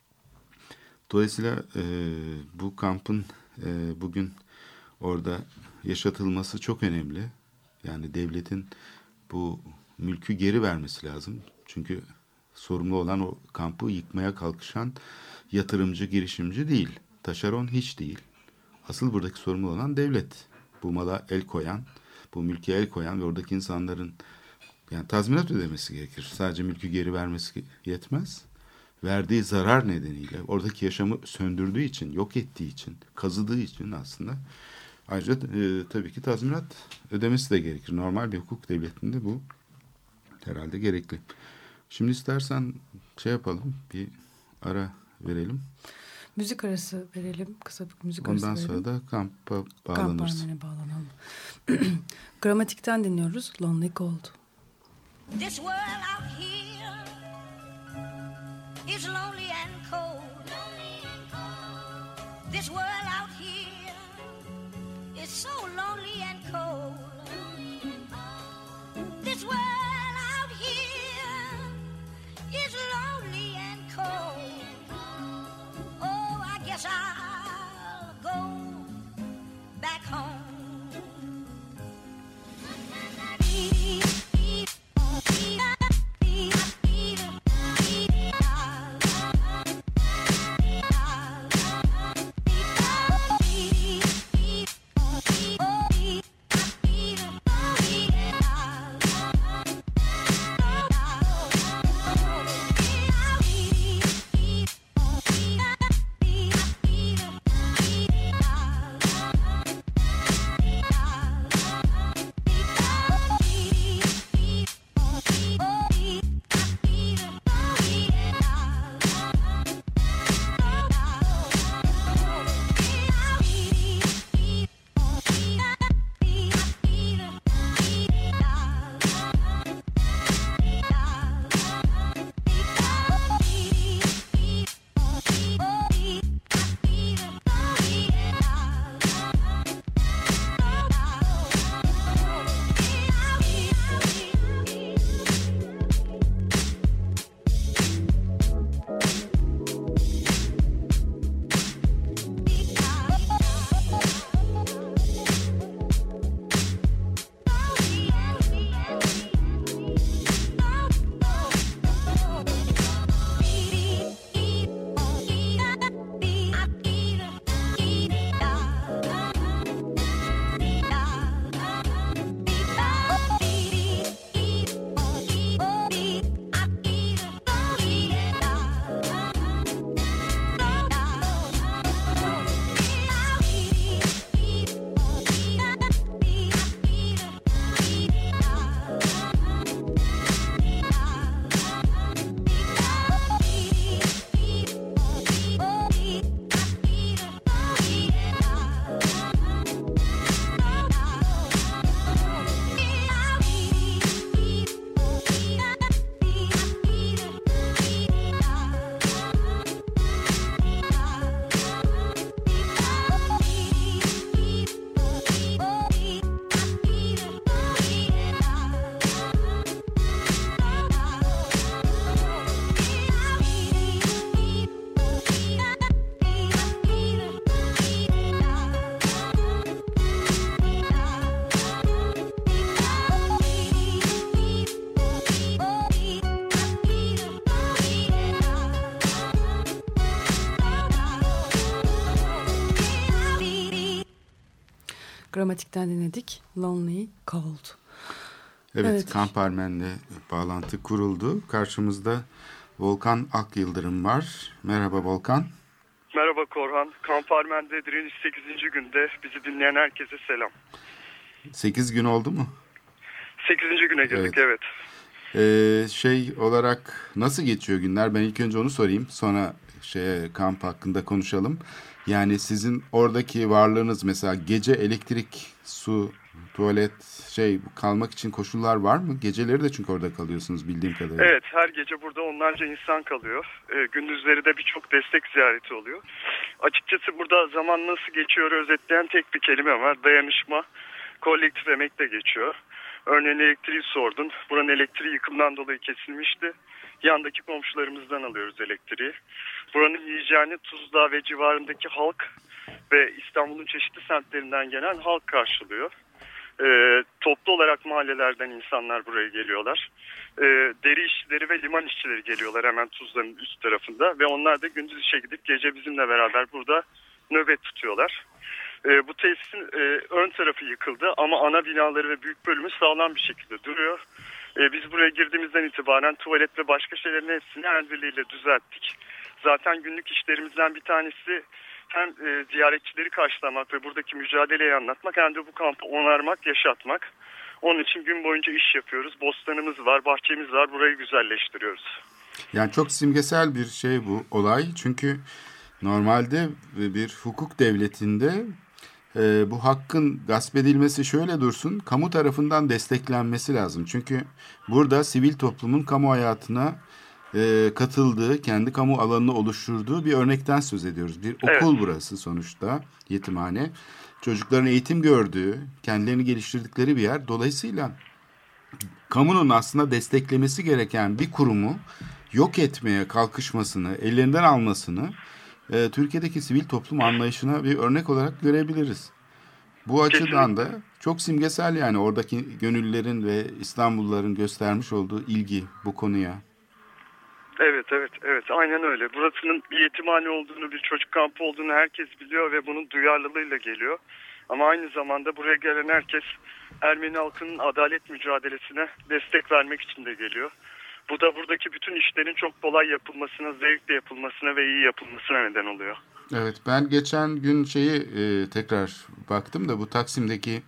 Dolayısıyla e, bu kampın e, bugün orada yaşatılması çok önemli. Yani devletin bu mülkü geri vermesi lazım. Çünkü sorumlu olan o kampı yıkmaya kalkışan yatırımcı, girişimci değil. Taşeron hiç değil. Asıl buradaki sorumlu olan devlet. Bu mala el koyan, bu mülke el koyan ve oradaki insanların yani tazminat ödemesi gerekir. Sadece mülkü geri vermesi yetmez. Verdiği zarar nedeniyle, oradaki yaşamı söndürdüğü için, yok ettiği için, kazıdığı için aslında ayrıca e, tabii ki tazminat ödemesi de gerekir. Normal bir hukuk devletinde bu herhalde gerekli. Şimdi istersen şey yapalım, bir ara verelim. Müzik arası verelim. Kısa bir müzik Ondan arası verelim. sonra da kampa bağlanırız. Kamp bağlanalım. Gramatik'ten dinliyoruz. Lonely Gold. This world out here is lonely and cold. This world out here is so lonely and cold. This world out here is lonely and cold. Oh, I guess I'll go back home. Gramatik'ten dinledik. Lonely Cold. Evet, Evet. Kamp Armen'le bağlantı kuruldu. Karşımızda Volkan Akyıldırım var. Merhaba Volkan. Merhaba Korhan. Kamp Armen'de direniş sekizinci günde bizi dinleyen herkese selam. sekiz gün oldu mu? sekizinci güne girdik, evet. evet. Ee, şey olarak nasıl geçiyor günler? Ben ilk önce onu sorayım. Sonra şeye kamp hakkında konuşalım. Yani sizin oradaki varlığınız mesela gece elektrik, su, tuvalet şey kalmak için koşullar var mı? Geceleri de çünkü orada kalıyorsunuz bildiğim kadarıyla. Evet, her gece burada onlarca insan kalıyor. E, gündüzleri de birçok destek ziyareti oluyor. Açıkçası burada zaman nasıl geçiyor özetleyen tek bir kelime var. Dayanışma, kolektif emek de geçiyor. Örneğin elektriği sordun. Buranın elektriği yıkımdan dolayı kesilmişti. Yandaki komşularımızdan alıyoruz elektriği. Buranın hijyeni Tuzla ve civarındaki halk ve İstanbul'un çeşitli semtlerinden gelen halk karşılıyor. E, toplu olarak mahallelerden insanlar buraya geliyorlar. E, deri işçileri ve liman işçileri geliyorlar hemen Tuzla'nın üst tarafında. Ve onlar da gündüz işe gidip gece bizimle beraber burada nöbet tutuyorlar. E, bu tesisin e, ön tarafı yıkıldı ama ana binaları ve büyük bölümü sağlam bir şekilde duruyor. E, biz buraya girdiğimizden itibaren tuvalet ve başka şeylerin hepsini el birliğiyle düzelttik. Zaten günlük işlerimizden bir tanesi hem e, ziyaretçileri karşılamak ve buradaki mücadeleyi anlatmak hem de bu kampı onarmak, yaşatmak. Onun için gün boyunca iş yapıyoruz. Bostanımız var, bahçemiz var. Burayı güzelleştiriyoruz. Yani çok simgesel bir şey bu olay. Çünkü normalde bir hukuk devletinde e, bu hakkın gasp edilmesi şöyle dursun, kamu tarafından desteklenmesi lazım. Çünkü burada sivil toplumun kamu hayatına e, katıldığı, kendi kamu alanını oluşturduğu bir örnekten söz ediyoruz. Bir okul evet. Burası sonuçta, yetimhane. Çocukların eğitim gördüğü, kendilerini geliştirdikleri bir yer. Dolayısıyla kamunun aslında desteklemesi gereken bir kurumu yok etmeye kalkışmasını, ellerinden almasını e, Türkiye'deki sivil toplum anlayışına bir örnek olarak görebiliriz. Bu açıdan da çok simgesel yani oradaki gönüllülerin ve İstanbulluların göstermiş olduğu ilgi bu konuya. Evet, evet, evet. Aynen öyle. Burasının bir yetimhane olduğunu, bir çocuk kampı olduğunu herkes biliyor ve bunun duyarlılığıyla geliyor. Ama aynı zamanda buraya gelen herkes Ermeni halkının adalet mücadelesine destek vermek için de geliyor. Bu da buradaki bütün işlerin çok kolay yapılmasına, zevkle yapılmasına ve iyi yapılmasına neden oluyor. Evet, ben geçen gün şeyi e, tekrar baktım da bu Taksim'deki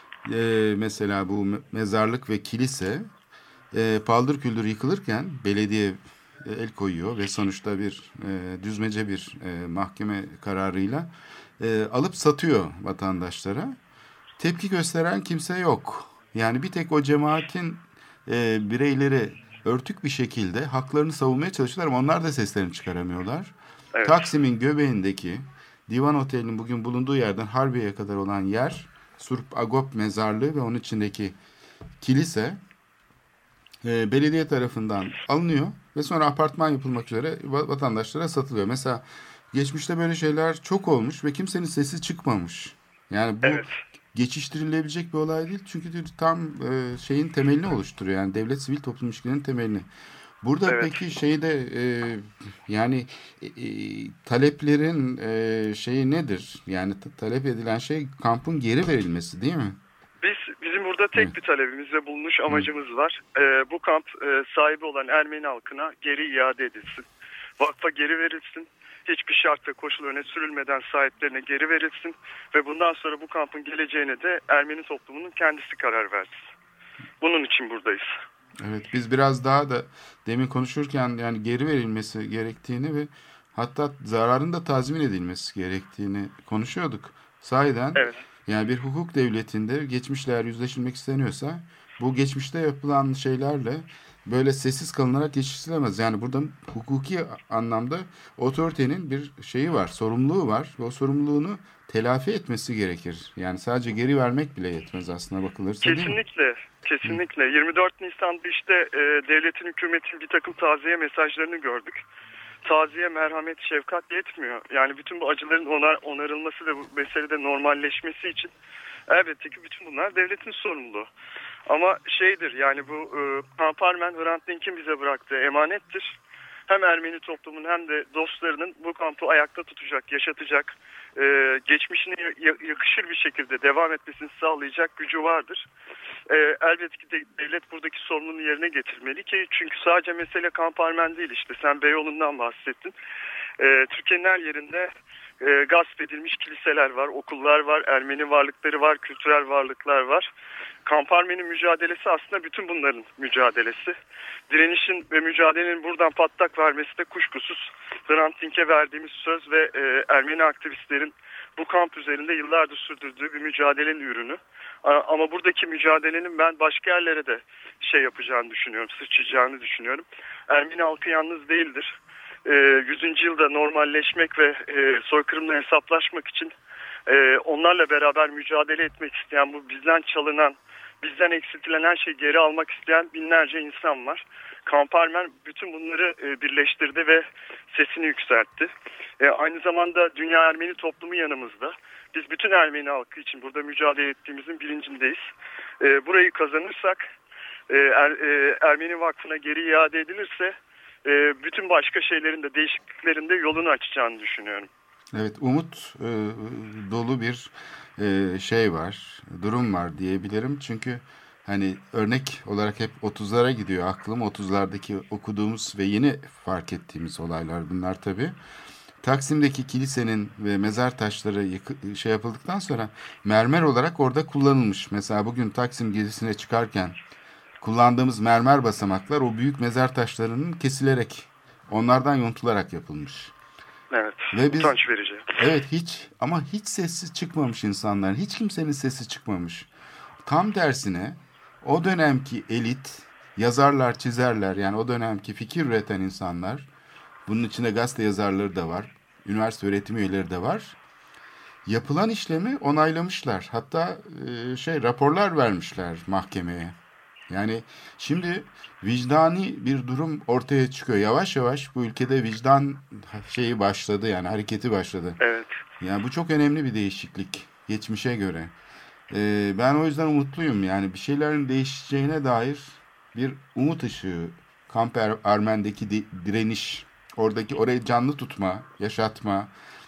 e, mesela bu mezarlık ve kilise e, paldır küldür yıkılırken belediye el koyuyor ve sonuçta bir e, düzmece bir e, mahkeme kararıyla e, alıp satıyor vatandaşlara. Tepki gösteren kimse yok. Yani bir tek o cemaatin e, bireyleri örtük bir şekilde haklarını savunmaya çalışıyorlar ama onlar da seslerini çıkaramıyorlar. Evet. Taksim'in göbeğindeki Divan Oteli'nin bugün bulunduğu yerden Harbiye'ye kadar olan yer Surp Agop mezarlığı ve onun içindeki kilise e, belediye tarafından alınıyor ve sonra apartman yapılmak üzere vatandaşlara satılıyor. Mesela geçmişte böyle şeyler çok olmuş ve kimsenin sesi çıkmamış. Yani bu evet. geçiştirilebilecek bir olay değil. Çünkü tam e, şeyin temelini oluşturuyor. Yani devlet sivil toplum ilişkilerinin temelini. Burada evet. Peki şeyde e, yani e, taleplerin e, şeyi nedir? Yani t- talep edilen şey kampın geri verilmesi değil mi? Biz bizim burada tek evet. bir talebimiz ve bulmuş amacımız evet. var. E, bu kamp e, sahibi olan Ermeni halkına geri iade edilsin. Vakfa geri verilsin. Hiçbir şart ve koşul öne sürülmeden sahiplerine geri verilsin ve bundan sonra bu kampın geleceğine de Ermeni toplumunun kendisi karar versin. Bunun için buradayız. Evet, biz biraz daha da demin konuşurken yani geri verilmesi gerektiğini ve hatta zararın da tazmin edilmesi gerektiğini konuşuyorduk. Sahiden evet. Yani bir hukuk devletinde geçmişle eğer yüzleşilmek isteniyorsa bu geçmişte yapılan şeylerle böyle sessiz kalınarak geçiştirilemez. Yani burada hukuki anlamda otoritenin bir şeyi var, sorumluluğu var ve o sorumluluğunu telafi etmesi gerekir. Yani sadece geri vermek bile yetmez aslında bakılırsa. Kesinlikle, kesinlikle. Hı. yirmi dört Nisan'da işte e, devletin, hükümetin bir takım taziye mesajlarını gördük. Taziye, merhamet, şefkat yetmiyor. Yani bütün bu acıların onar, onarılması ve bu meselede normalleşmesi için elbette ki bütün bunlar devletin sorumluluğu. Ama şeydir yani bu e, Kamparmen Hrant Dink'in bize bıraktığı emanettir. Hem Ermeni toplumun hem de dostlarının bu kampı ayakta tutacak, yaşatacak, e, geçmişine yakışır bir şekilde devam etmesini sağlayacak gücü vardır. E, elbette ki de, devlet buradaki sorumluluğunu yerine getirmeli ki çünkü sadece mesele Kamparmen değil işte sen Beyoğlu'ndan bahsettin. E, Türkiye'nin her yerinde e, gasp edilmiş kiliseler var, okullar var, Ermeni varlıkları var, kültürel varlıklar var. Kamparmen'in mücadelesi aslında bütün bunların mücadelesi. Direnişin ve mücadelenin buradan patlak vermesi de kuşkusuz Hrant Dink'e verdiğimiz söz ve e, Ermeni aktivistlerin bu kamp üzerinde yıllardır sürdürdüğü bir mücadelenin ürünü. Ama buradaki mücadelenin ben başka yerlere de şey yapacağını düşünüyorum, sıçrayacağını düşünüyorum. Ermeni halkı yalnız değildir. yüzüncü yılda normalleşmek ve e, soykırımla hesaplaşmak için e, onlarla beraber mücadele etmek isteyen, bu bizden çalınan, bizden eksiltilen her şeyi geri almak isteyen binlerce insan var. Kamparmen bütün bunları e, birleştirdi ve sesini yükseltti. E, aynı zamanda Dünya Ermeni Toplumu yanımızda. Biz bütün Ermeni halkı için burada mücadele ettiğimizin bilincindeyiz. E, burayı kazanırsak e, er, e, Ermeni Vakfı'na geri iade edilirse e, bütün başka şeylerin de değişikliklerin de yolunu açacağını düşünüyorum. Evet, umut e, dolu bir e, şey var, durum var diyebilirim. Çünkü hani örnek olarak hep otuzlara gidiyor aklım. otuzlardaki okuduğumuz ve yeni fark ettiğimiz olaylar bunlar tabii. Taksim'deki kilisenin ve mezar taşları yıkı, şey yapıldıktan sonra mermer olarak orada kullanılmış. Mesela bugün Taksim gezisine çıkarken kullandığımız mermer basamaklar o büyük mezar taşlarının kesilerek, onlardan yontularak yapılmış. Evet, ve biz, utanç verici. Evet, hiç ama hiç sesi çıkmamış insanlar, hiç kimsenin sesi çıkmamış. Tam tersine o dönemki elit, yazarlar, çizerler, yani o dönemki fikir üreten insanlar, bunun içinde gazete yazarları da var, üniversite öğretim üyeleri de var, yapılan işlemi onaylamışlar. Hatta e, şey raporlar vermişler mahkemeye. Yani şimdi vicdani bir durum ortaya çıkıyor. Yavaş yavaş bu ülkede vicdan şeyi başladı, yani hareketi başladı. Evet. Yani bu çok önemli bir değişiklik geçmişe göre. Ee, ben o yüzden umutluyum. Yani bir şeylerin değişeceğine dair bir umut ışığı. Kamp Armen'deki di- direniş, oradaki orayı canlı tutma, yaşatma.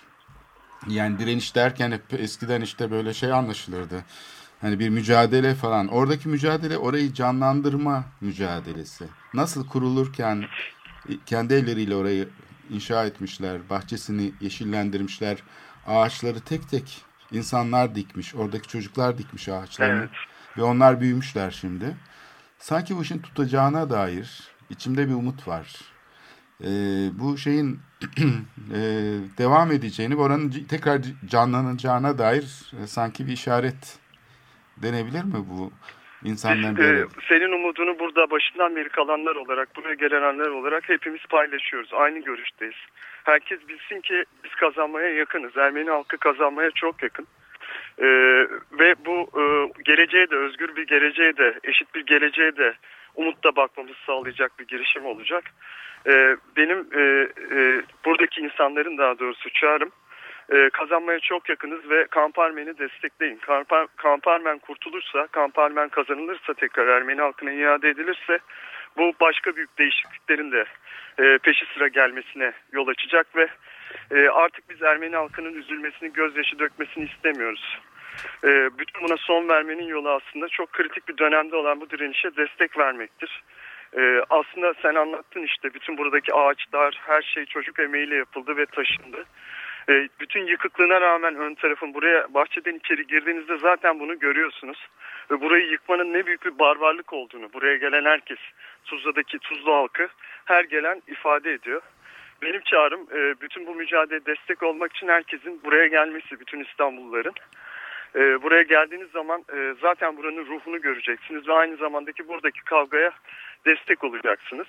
Yani direniş derken hep eskiden işte böyle şey anlaşılırdı. Hani bir mücadele falan. Oradaki mücadele orayı canlandırma mücadelesi. Nasıl kurulurken kendi elleriyle orayı inşa etmişler. Bahçesini yeşillendirmişler. Ağaçları tek tek insanlar dikmiş. Oradaki çocuklar dikmiş ağaçlarını. Evet. Ve onlar büyümüşler şimdi. Sanki bu işin tutacağına dair içimde bir umut var. Ee, bu şeyin e, devam edeceğini, oranın tekrar canlanacağına dair e, sanki bir işaret denebilir mi bu insanların Biz, böyle? e, senin umudunu burada başından beri kalanlar olarak, buraya gelenler olarak hepimiz paylaşıyoruz. Aynı görüşteyiz. Herkes bilsin ki biz kazanmaya yakınız. Ermeni halkı kazanmaya çok yakın. E, ve bu e, geleceğe de, özgür bir geleceğe de, eşit bir geleceğe de umutla bakmamızı sağlayacak bir girişim olacak. E, benim e, e, buradaki insanların daha doğrusu çağrım, Ee, kazanmaya çok yakınız ve Kamparmen'i destekleyin. Kampar, Kamparmen kurtulursa, Kamparmen kazanılırsa, tekrar Ermeni halkına iade edilirse, bu başka büyük değişikliklerin de e, peşi sıra gelmesine yol açacak ve e, artık biz Ermeni halkının üzülmesini, gözyaşı dökmesini istemiyoruz. E, bütün buna son vermenin yolu aslında çok kritik bir dönemde olan bu direnişe destek vermektir. E, aslında sen anlattın işte, bütün buradaki ağaçlar, her şey çocuk emeğiyle yapıldı ve taşındı. E, bütün yıkıklığına rağmen ön tarafın, buraya bahçeden içeri girdiğinizde zaten bunu görüyorsunuz. Ve burayı yıkmanın ne büyük bir barbarlık olduğunu buraya gelen herkes, Tuzla'daki Tuzla halkı her gelen ifade ediyor. Benim çağrım e, bütün bu mücadeleye destek olmak için herkesin buraya gelmesi, bütün İstanbulluların. E, buraya geldiğiniz zaman e, zaten buranın ruhunu göreceksiniz ve aynı zamandaki buradaki kavgaya destek olacaksınız.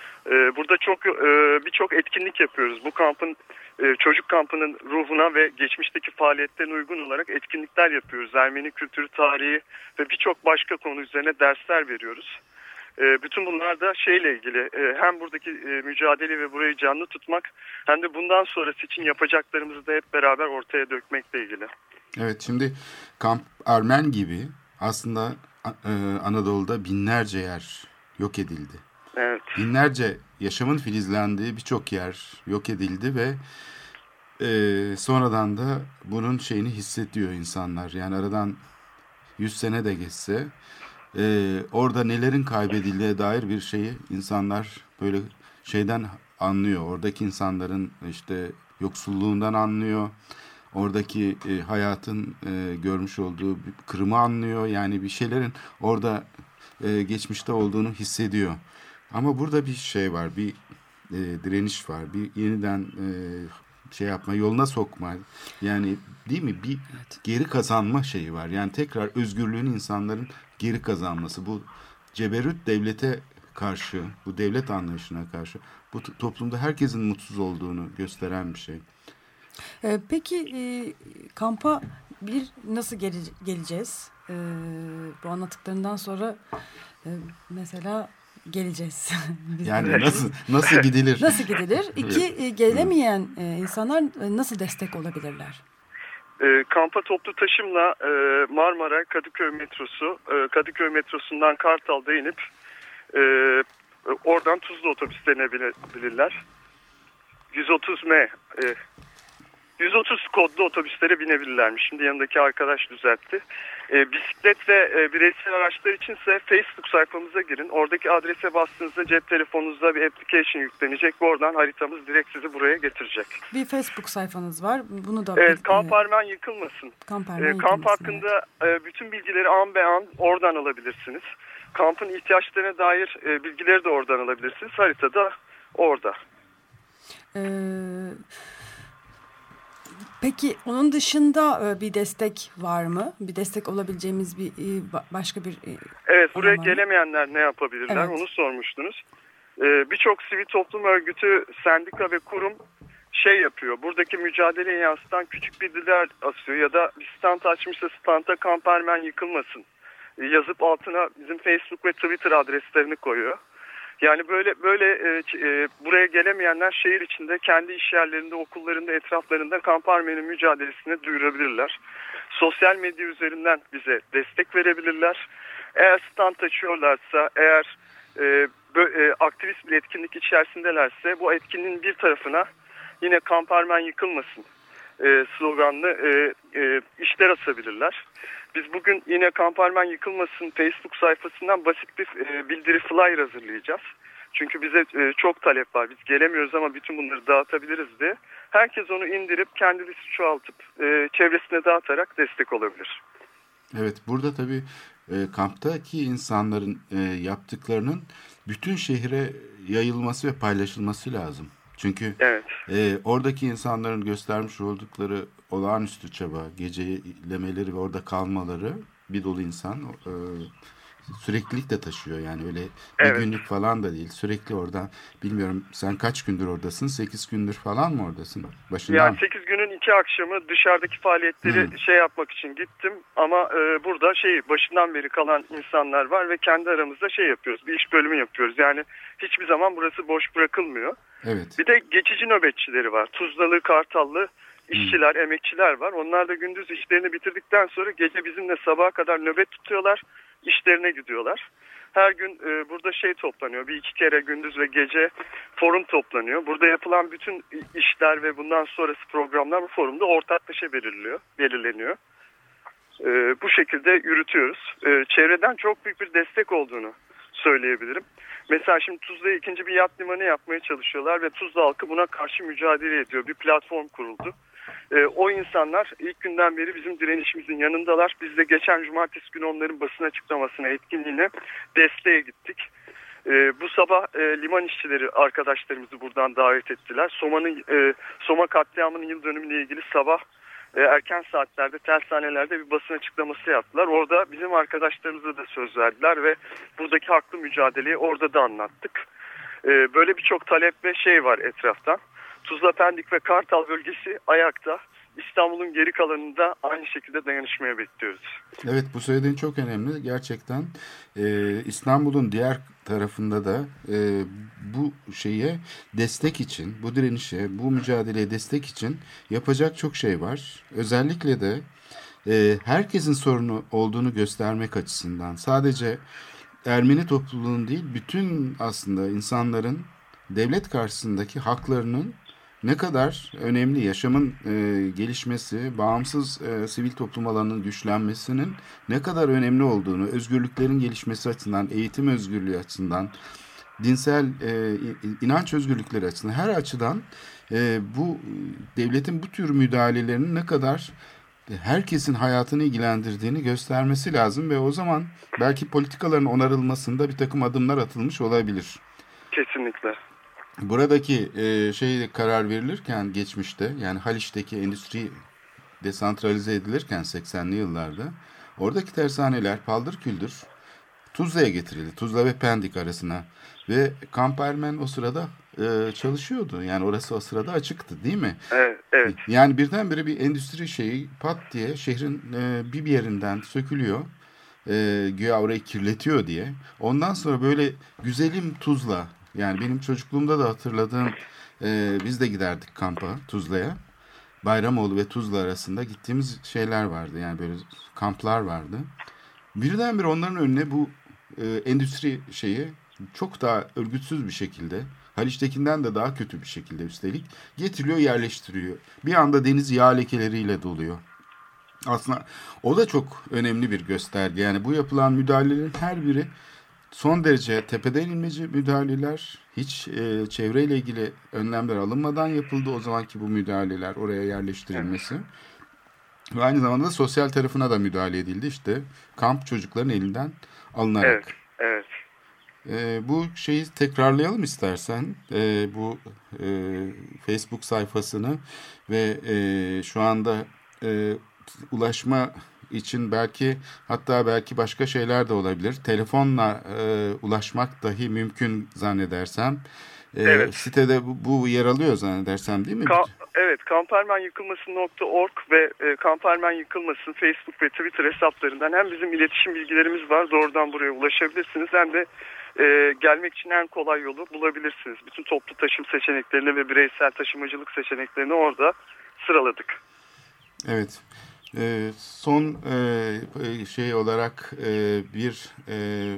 Burada çok birçok etkinlik yapıyoruz. Bu kampın, çocuk kampının ruhuna ve geçmişteki faaliyetlerine uygun olarak etkinlikler yapıyoruz. Ermeni kültürü, tarihi ve birçok başka konu üzerine dersler veriyoruz. Bütün bunlar da şeyle ilgili, hem buradaki mücadele ve burayı canlı tutmak, hem de bundan sonrası için yapacaklarımızı da hep beraber ortaya dökmekle ilgili. Evet, şimdi Kamp Armen gibi aslında Anadolu'da binlerce yer yok edildi. Evet. Binlerce yaşamın filizlendiği birçok yer yok edildi ve e, sonradan da bunun şeyini hissediyor insanlar. Yani aradan yüz sene de geçse e, orada nelerin kaybedildiğine dair bir şeyi insanlar böyle şeyden anlıyor. Oradaki insanların işte yoksulluğundan anlıyor. Oradaki e, hayatın e, görmüş olduğu bir kırımı anlıyor. Yani bir şeylerin orada e, geçmişte olduğunu hissediyor. Ama burada bir şey var, bir e, direniş var, bir yeniden e, şey yapma, yoluna sokma. Yani değil mi? Bir evet. geri kazanma şeyi var. Yani tekrar özgürlüğün insanların geri kazanması. Bu ceberut devlete karşı, bu devlet anlayışına karşı, bu t- toplumda herkesin mutsuz olduğunu gösteren bir şey. Ee, peki e, kampa bir nasıl gele- geleceğiz? Ee, bu anlattıklarından sonra e, mesela geleceğiz. Biz Yani de- nasıl nasıl gidilir? Nasıl gidilir? İki, e, gelemeyen e, insanlar e, nasıl destek olabilirler? E, kampa toplu taşımla e, Marmara Kadıköy metrosu, e, Kadıköy metrosundan Kartal'da inip e, oradan Tuzla otobüslerine binebilirler. yüz otuz M e, yüz otuz kodlu otobüslere binebilirlermiş. Şimdi yanındaki arkadaş düzeltti. E, bisiklet ve e, bireysel araçlar içinse Facebook sayfamıza girin. Oradaki adrese bastığınızda cep telefonunuzda bir application yüklenecek ve oradan haritamız direkt sizi buraya getirecek. Bir Facebook sayfanız var. Bunu da Evet, bir- kamp e, Armen yıkılmasın. Kamp E, Armen kamp yıkılmasın, hakkında e, bütün bilgileri an be an oradan alabilirsiniz. Kampın ihtiyaçlarına dair e, bilgileri de oradan alabilirsiniz. Haritada orada. Ee, peki onun dışında e, bir destek var mı? Bir destek olabileceğimiz bir e, ba- başka bir... e, Evet, buraya alan var mı? gelemeyenler ne yapabilirler? Evet. Onu sormuştunuz. Ee, Birçok sivil toplum örgütü, sendika ve kurum şey yapıyor. Buradaki mücadeleyi yansıtan küçük bilgiler asıyor ya da bir stand açmışsa standa kamp Armen yıkılmasın e, yazıp altına bizim Facebook ve Twitter adreslerini koyuyor. Yani böyle böyle e, e, buraya gelemeyenler şehir içinde kendi iş yerlerinde, okullarında, etraflarında kamp Armen'in mücadelesini duyurabilirler. Sosyal medya üzerinden bize destek verebilirler. Eğer stand açıyorlarsa, eğer e, bö, e, aktivist bir etkinlik içerisindelerse bu etkinliğin bir tarafına yine kamp Armen yıkılmasın e, sloganlı e, e, işler asabilirler. Biz bugün yine kamp Armen yıkılmasın Facebook sayfasından basit bir e, bildiri flyer hazırlayacağız. Çünkü bize e, çok talep var. Biz gelemiyoruz ama bütün bunları dağıtabiliriz diye. Herkes onu indirip kendisi çoğaltıp e, çevresine dağıtarak destek olabilir. Evet, burada tabii e, kamptaki insanların e, yaptıklarının bütün şehre yayılması ve paylaşılması lazım. Çünkü Evet. e, oradaki insanların göstermiş oldukları olağanüstü çaba, gecelemeleri ve orada kalmaları bir dolu insan e, süreklilik de taşıyor. Yani öyle bir Evet. günlük falan da değil. Sürekli orada, bilmiyorum sen kaç gündür oradasın? sekiz gündür falan mı oradasın? Başından Yani mı? sekiz günün iki akşamı dışarıdaki faaliyetleri Hmm. şey yapmak için gittim. Ama e, burada şey başından beri kalan insanlar var ve kendi aramızda şey yapıyoruz. Bir iş bölümü yapıyoruz. Yani hiçbir zaman burası boş bırakılmıyor. Evet. Bir de geçici nöbetçileri var. Tuzlalı, Kartallı işçiler, emekçiler var. Onlar da gündüz işlerini bitirdikten sonra gece bizimle sabaha kadar nöbet tutuyorlar. İşlerine gidiyorlar. Her gün e, burada şey toplanıyor. Bir iki kere gündüz ve gece forum toplanıyor. Burada yapılan bütün işler ve bundan sonrası programlar bu forumda ortaklaşa belirliyor, belirleniyor. E, bu şekilde yürütüyoruz. E, çevreden çok büyük bir destek olduğunu söyleyebilirim. Mesela şimdi Tuzla'ya ikinci bir yat limanı yapmaya çalışıyorlar ve Tuzla halkı buna karşı mücadele ediyor. Bir platform kuruldu. E, o insanlar ilk günden beri bizim direnişimizin yanındalar. Biz de geçen cumartesi günü onların basın açıklamasına, etkinliğine desteğe gittik. E, bu sabah e, liman işçileri arkadaşlarımızı buradan davet ettiler. Soma'nın e, Soma katliamının yıl dönümüyle ilgili sabah e, erken saatlerde tersanelerde bir basın açıklaması yaptılar. Orada bizim arkadaşlarımıza da söz verdiler ve buradaki haklı mücadeleyi orada da anlattık. E, böyle birçok talep ve şey var etraftan. Tuzla, Pendik ve Kartal bölgesi ayakta. İstanbul'un geri kalanında aynı şekilde dayanışmaya bekliyoruz. Evet, bu söylediğin çok önemli. Gerçekten e, İstanbul'un diğer tarafında da e, bu şeye destek için, bu direnişe, bu mücadeleye destek için yapacak çok şey var. Özellikle de e, herkesin sorunu olduğunu göstermek açısından sadece Ermeni topluluğun değil, bütün aslında insanların devlet karşısındaki haklarının ne kadar önemli, yaşamın e, gelişmesi, bağımsız e, sivil toplum alanının güçlenmesinin ne kadar önemli olduğunu, özgürlüklerin gelişmesi açısından, eğitim özgürlüğü açısından, dinsel e, inanç özgürlükleri açısından, her açıdan e, bu devletin bu tür müdahalelerinin ne kadar herkesin hayatını ilgilendirdiğini göstermesi lazım ve o zaman belki politikaların onarılmasında bir takım adımlar atılmış olabilir. Kesinlikle. Buradaki e, şey karar verilirken geçmişte, yani Haliç'teki endüstri desantralize edilirken seksenli yıllarda oradaki tersaneler paldır küldür Tuzla'ya getirildi. Tuzla ve Pendik arasına ve Kamp Armen o sırada e, çalışıyordu. Yani orası o sırada açıktı, değil mi? Evet, evet. Yani birdenbire bir endüstri şeyi pat diye şehrin e, bir bir yerinden sökülüyor e, güya orayı kirletiyor diye. Ondan sonra böyle güzelim Tuzla, yani benim çocukluğumda da hatırladığım, e, biz de giderdik kampa Tuzla'ya. Bayramoğlu ve Tuzla arasında gittiğimiz şeyler vardı, yani böyle kamplar vardı. Birdenbire onların önüne bu e, endüstri şeyi çok daha örgütsüz bir şekilde, Haliç'tekinden de daha kötü bir şekilde üstelik getiriliyor, yerleştiriyor. Bir anda deniz yağ lekeleriyle doluyor. Aslında o da çok önemli bir gösterge. Yani bu yapılan müdahalelerin her biri son derece tepeden inmeci müdahaleler. Hiç e, çevreyle ilgili önlemler alınmadan yapıldı o zamanki bu müdahaleler, oraya yerleştirilmesi. Ve aynı zamanda da sosyal tarafına da müdahale edildi. İşte kamp çocukların elinden alınarak. Evet, evet. E, bu şeyi tekrarlayalım istersen. E, bu e, Facebook sayfasını ve e, şu anda e, ulaşma için belki, hatta belki başka şeyler de olabilir. Telefonla e, ulaşmak dahi mümkün zannedersem. E, Evet. Sitede bu, bu yer alıyor zannedersem, değil mi? Ka- evet, kampermenyıkılmasın nokta org ve e, Kampermen Yıkılmasın Facebook ve Twitter hesaplarından hem bizim iletişim bilgilerimiz var, doğrudan buraya ulaşabilirsiniz, hem de e, gelmek için en kolay yolu bulabilirsiniz. Bütün toplu taşım seçeneklerini ve bireysel taşımacılık seçeneklerini orada sıraladık. Evet. Ee, son e, şey olarak e, bir e,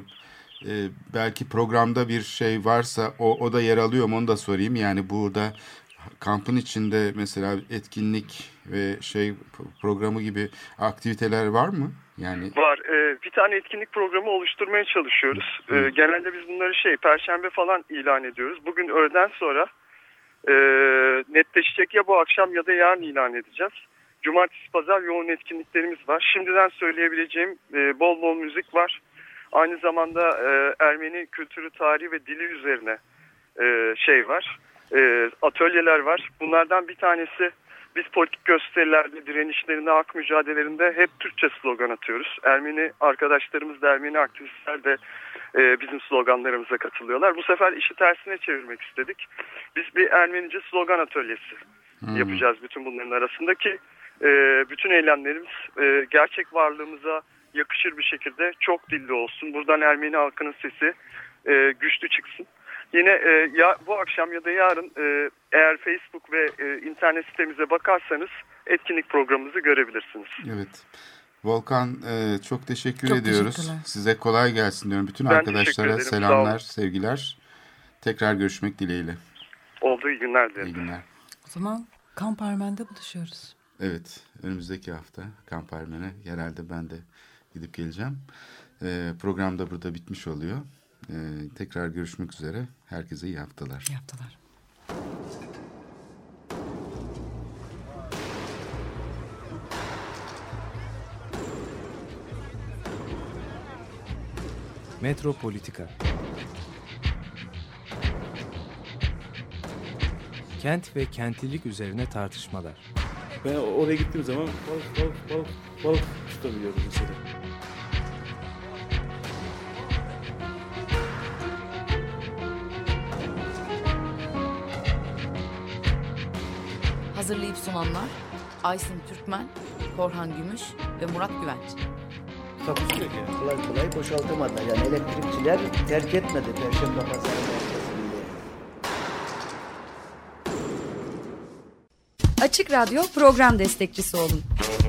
e, belki programda bir şey varsa o, o da yer alıyor mu, onu da sorayım. Yani burada kampın içinde mesela etkinlik ve şey programı gibi aktiviteler var mı? Yani Var. Ee, bir tane etkinlik programı oluşturmaya çalışıyoruz. Ee, genelde biz bunları şey Perşembe falan ilan ediyoruz. Bugün öğleden sonra e, netleşecek, ya bu akşam ya da yarın ilan edeceğiz. Cumartesi, pazar yoğun etkinliklerimiz var. Şimdiden söyleyebileceğim e, bol bol müzik var. Aynı zamanda e, Ermeni kültürü, tarihi ve dili üzerine e, şey var. E, atölyeler var. Bunlardan bir tanesi, biz politik gösterilerde, direnişlerinde, hak mücadelelerinde hep Türkçe slogan atıyoruz. Ermeni arkadaşlarımız da, Ermeni aktivistler de e, bizim sloganlarımıza katılıyorlar. Bu sefer işi tersine çevirmek istedik. Biz bir Ermenice slogan atölyesi hmm. yapacağız bütün bunların arasındaki. E, bütün eylemlerimiz e, gerçek varlığımıza yakışır bir şekilde çok dilli olsun. Buradan Ermeni halkının sesi e, güçlü çıksın. Yine e, ya bu akşam ya da yarın e, eğer Facebook ve e, internet sitemize bakarsanız etkinlik programımızı görebilirsiniz. Evet. Volkan e, çok teşekkür çok ediyoruz. Size kolay gelsin diyorum. Bütün Ben arkadaşlara selamlar, sevgiler. Tekrar görüşmek dileğiyle. Oldu, iyi günler dilerim. İyi günler. O zaman Kampermen'de buluşuyoruz. Evet, önümüzdeki hafta Kampermen'e herhalde ben de gidip geleceğim. E, program da burada bitmiş oluyor. Ee, tekrar görüşmek üzere. Herkese iyi haftalar. İyi haftalar. Metropolitika. Kent ve kentlilik üzerine tartışmalar. Ben oraya gittiğim zaman balık balık balık balık tutabiliyordum mesela. Hazırlayıp sunanlar Aysin Türkmen, Korhan Gümüş ve Murat Güvenç. Takusu yok yani. Kolay kolay boşaltamadılar. Yani elektrikçiler terk etmedi Perşembe Pazarı merkezini. Açık Radyo program destekçisi olun.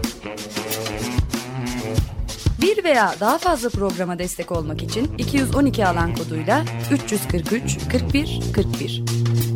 Bir veya daha fazla programa destek olmak için iki yüz on iki alan koduyla üç yüz kırk üç kırk bir kırk bir.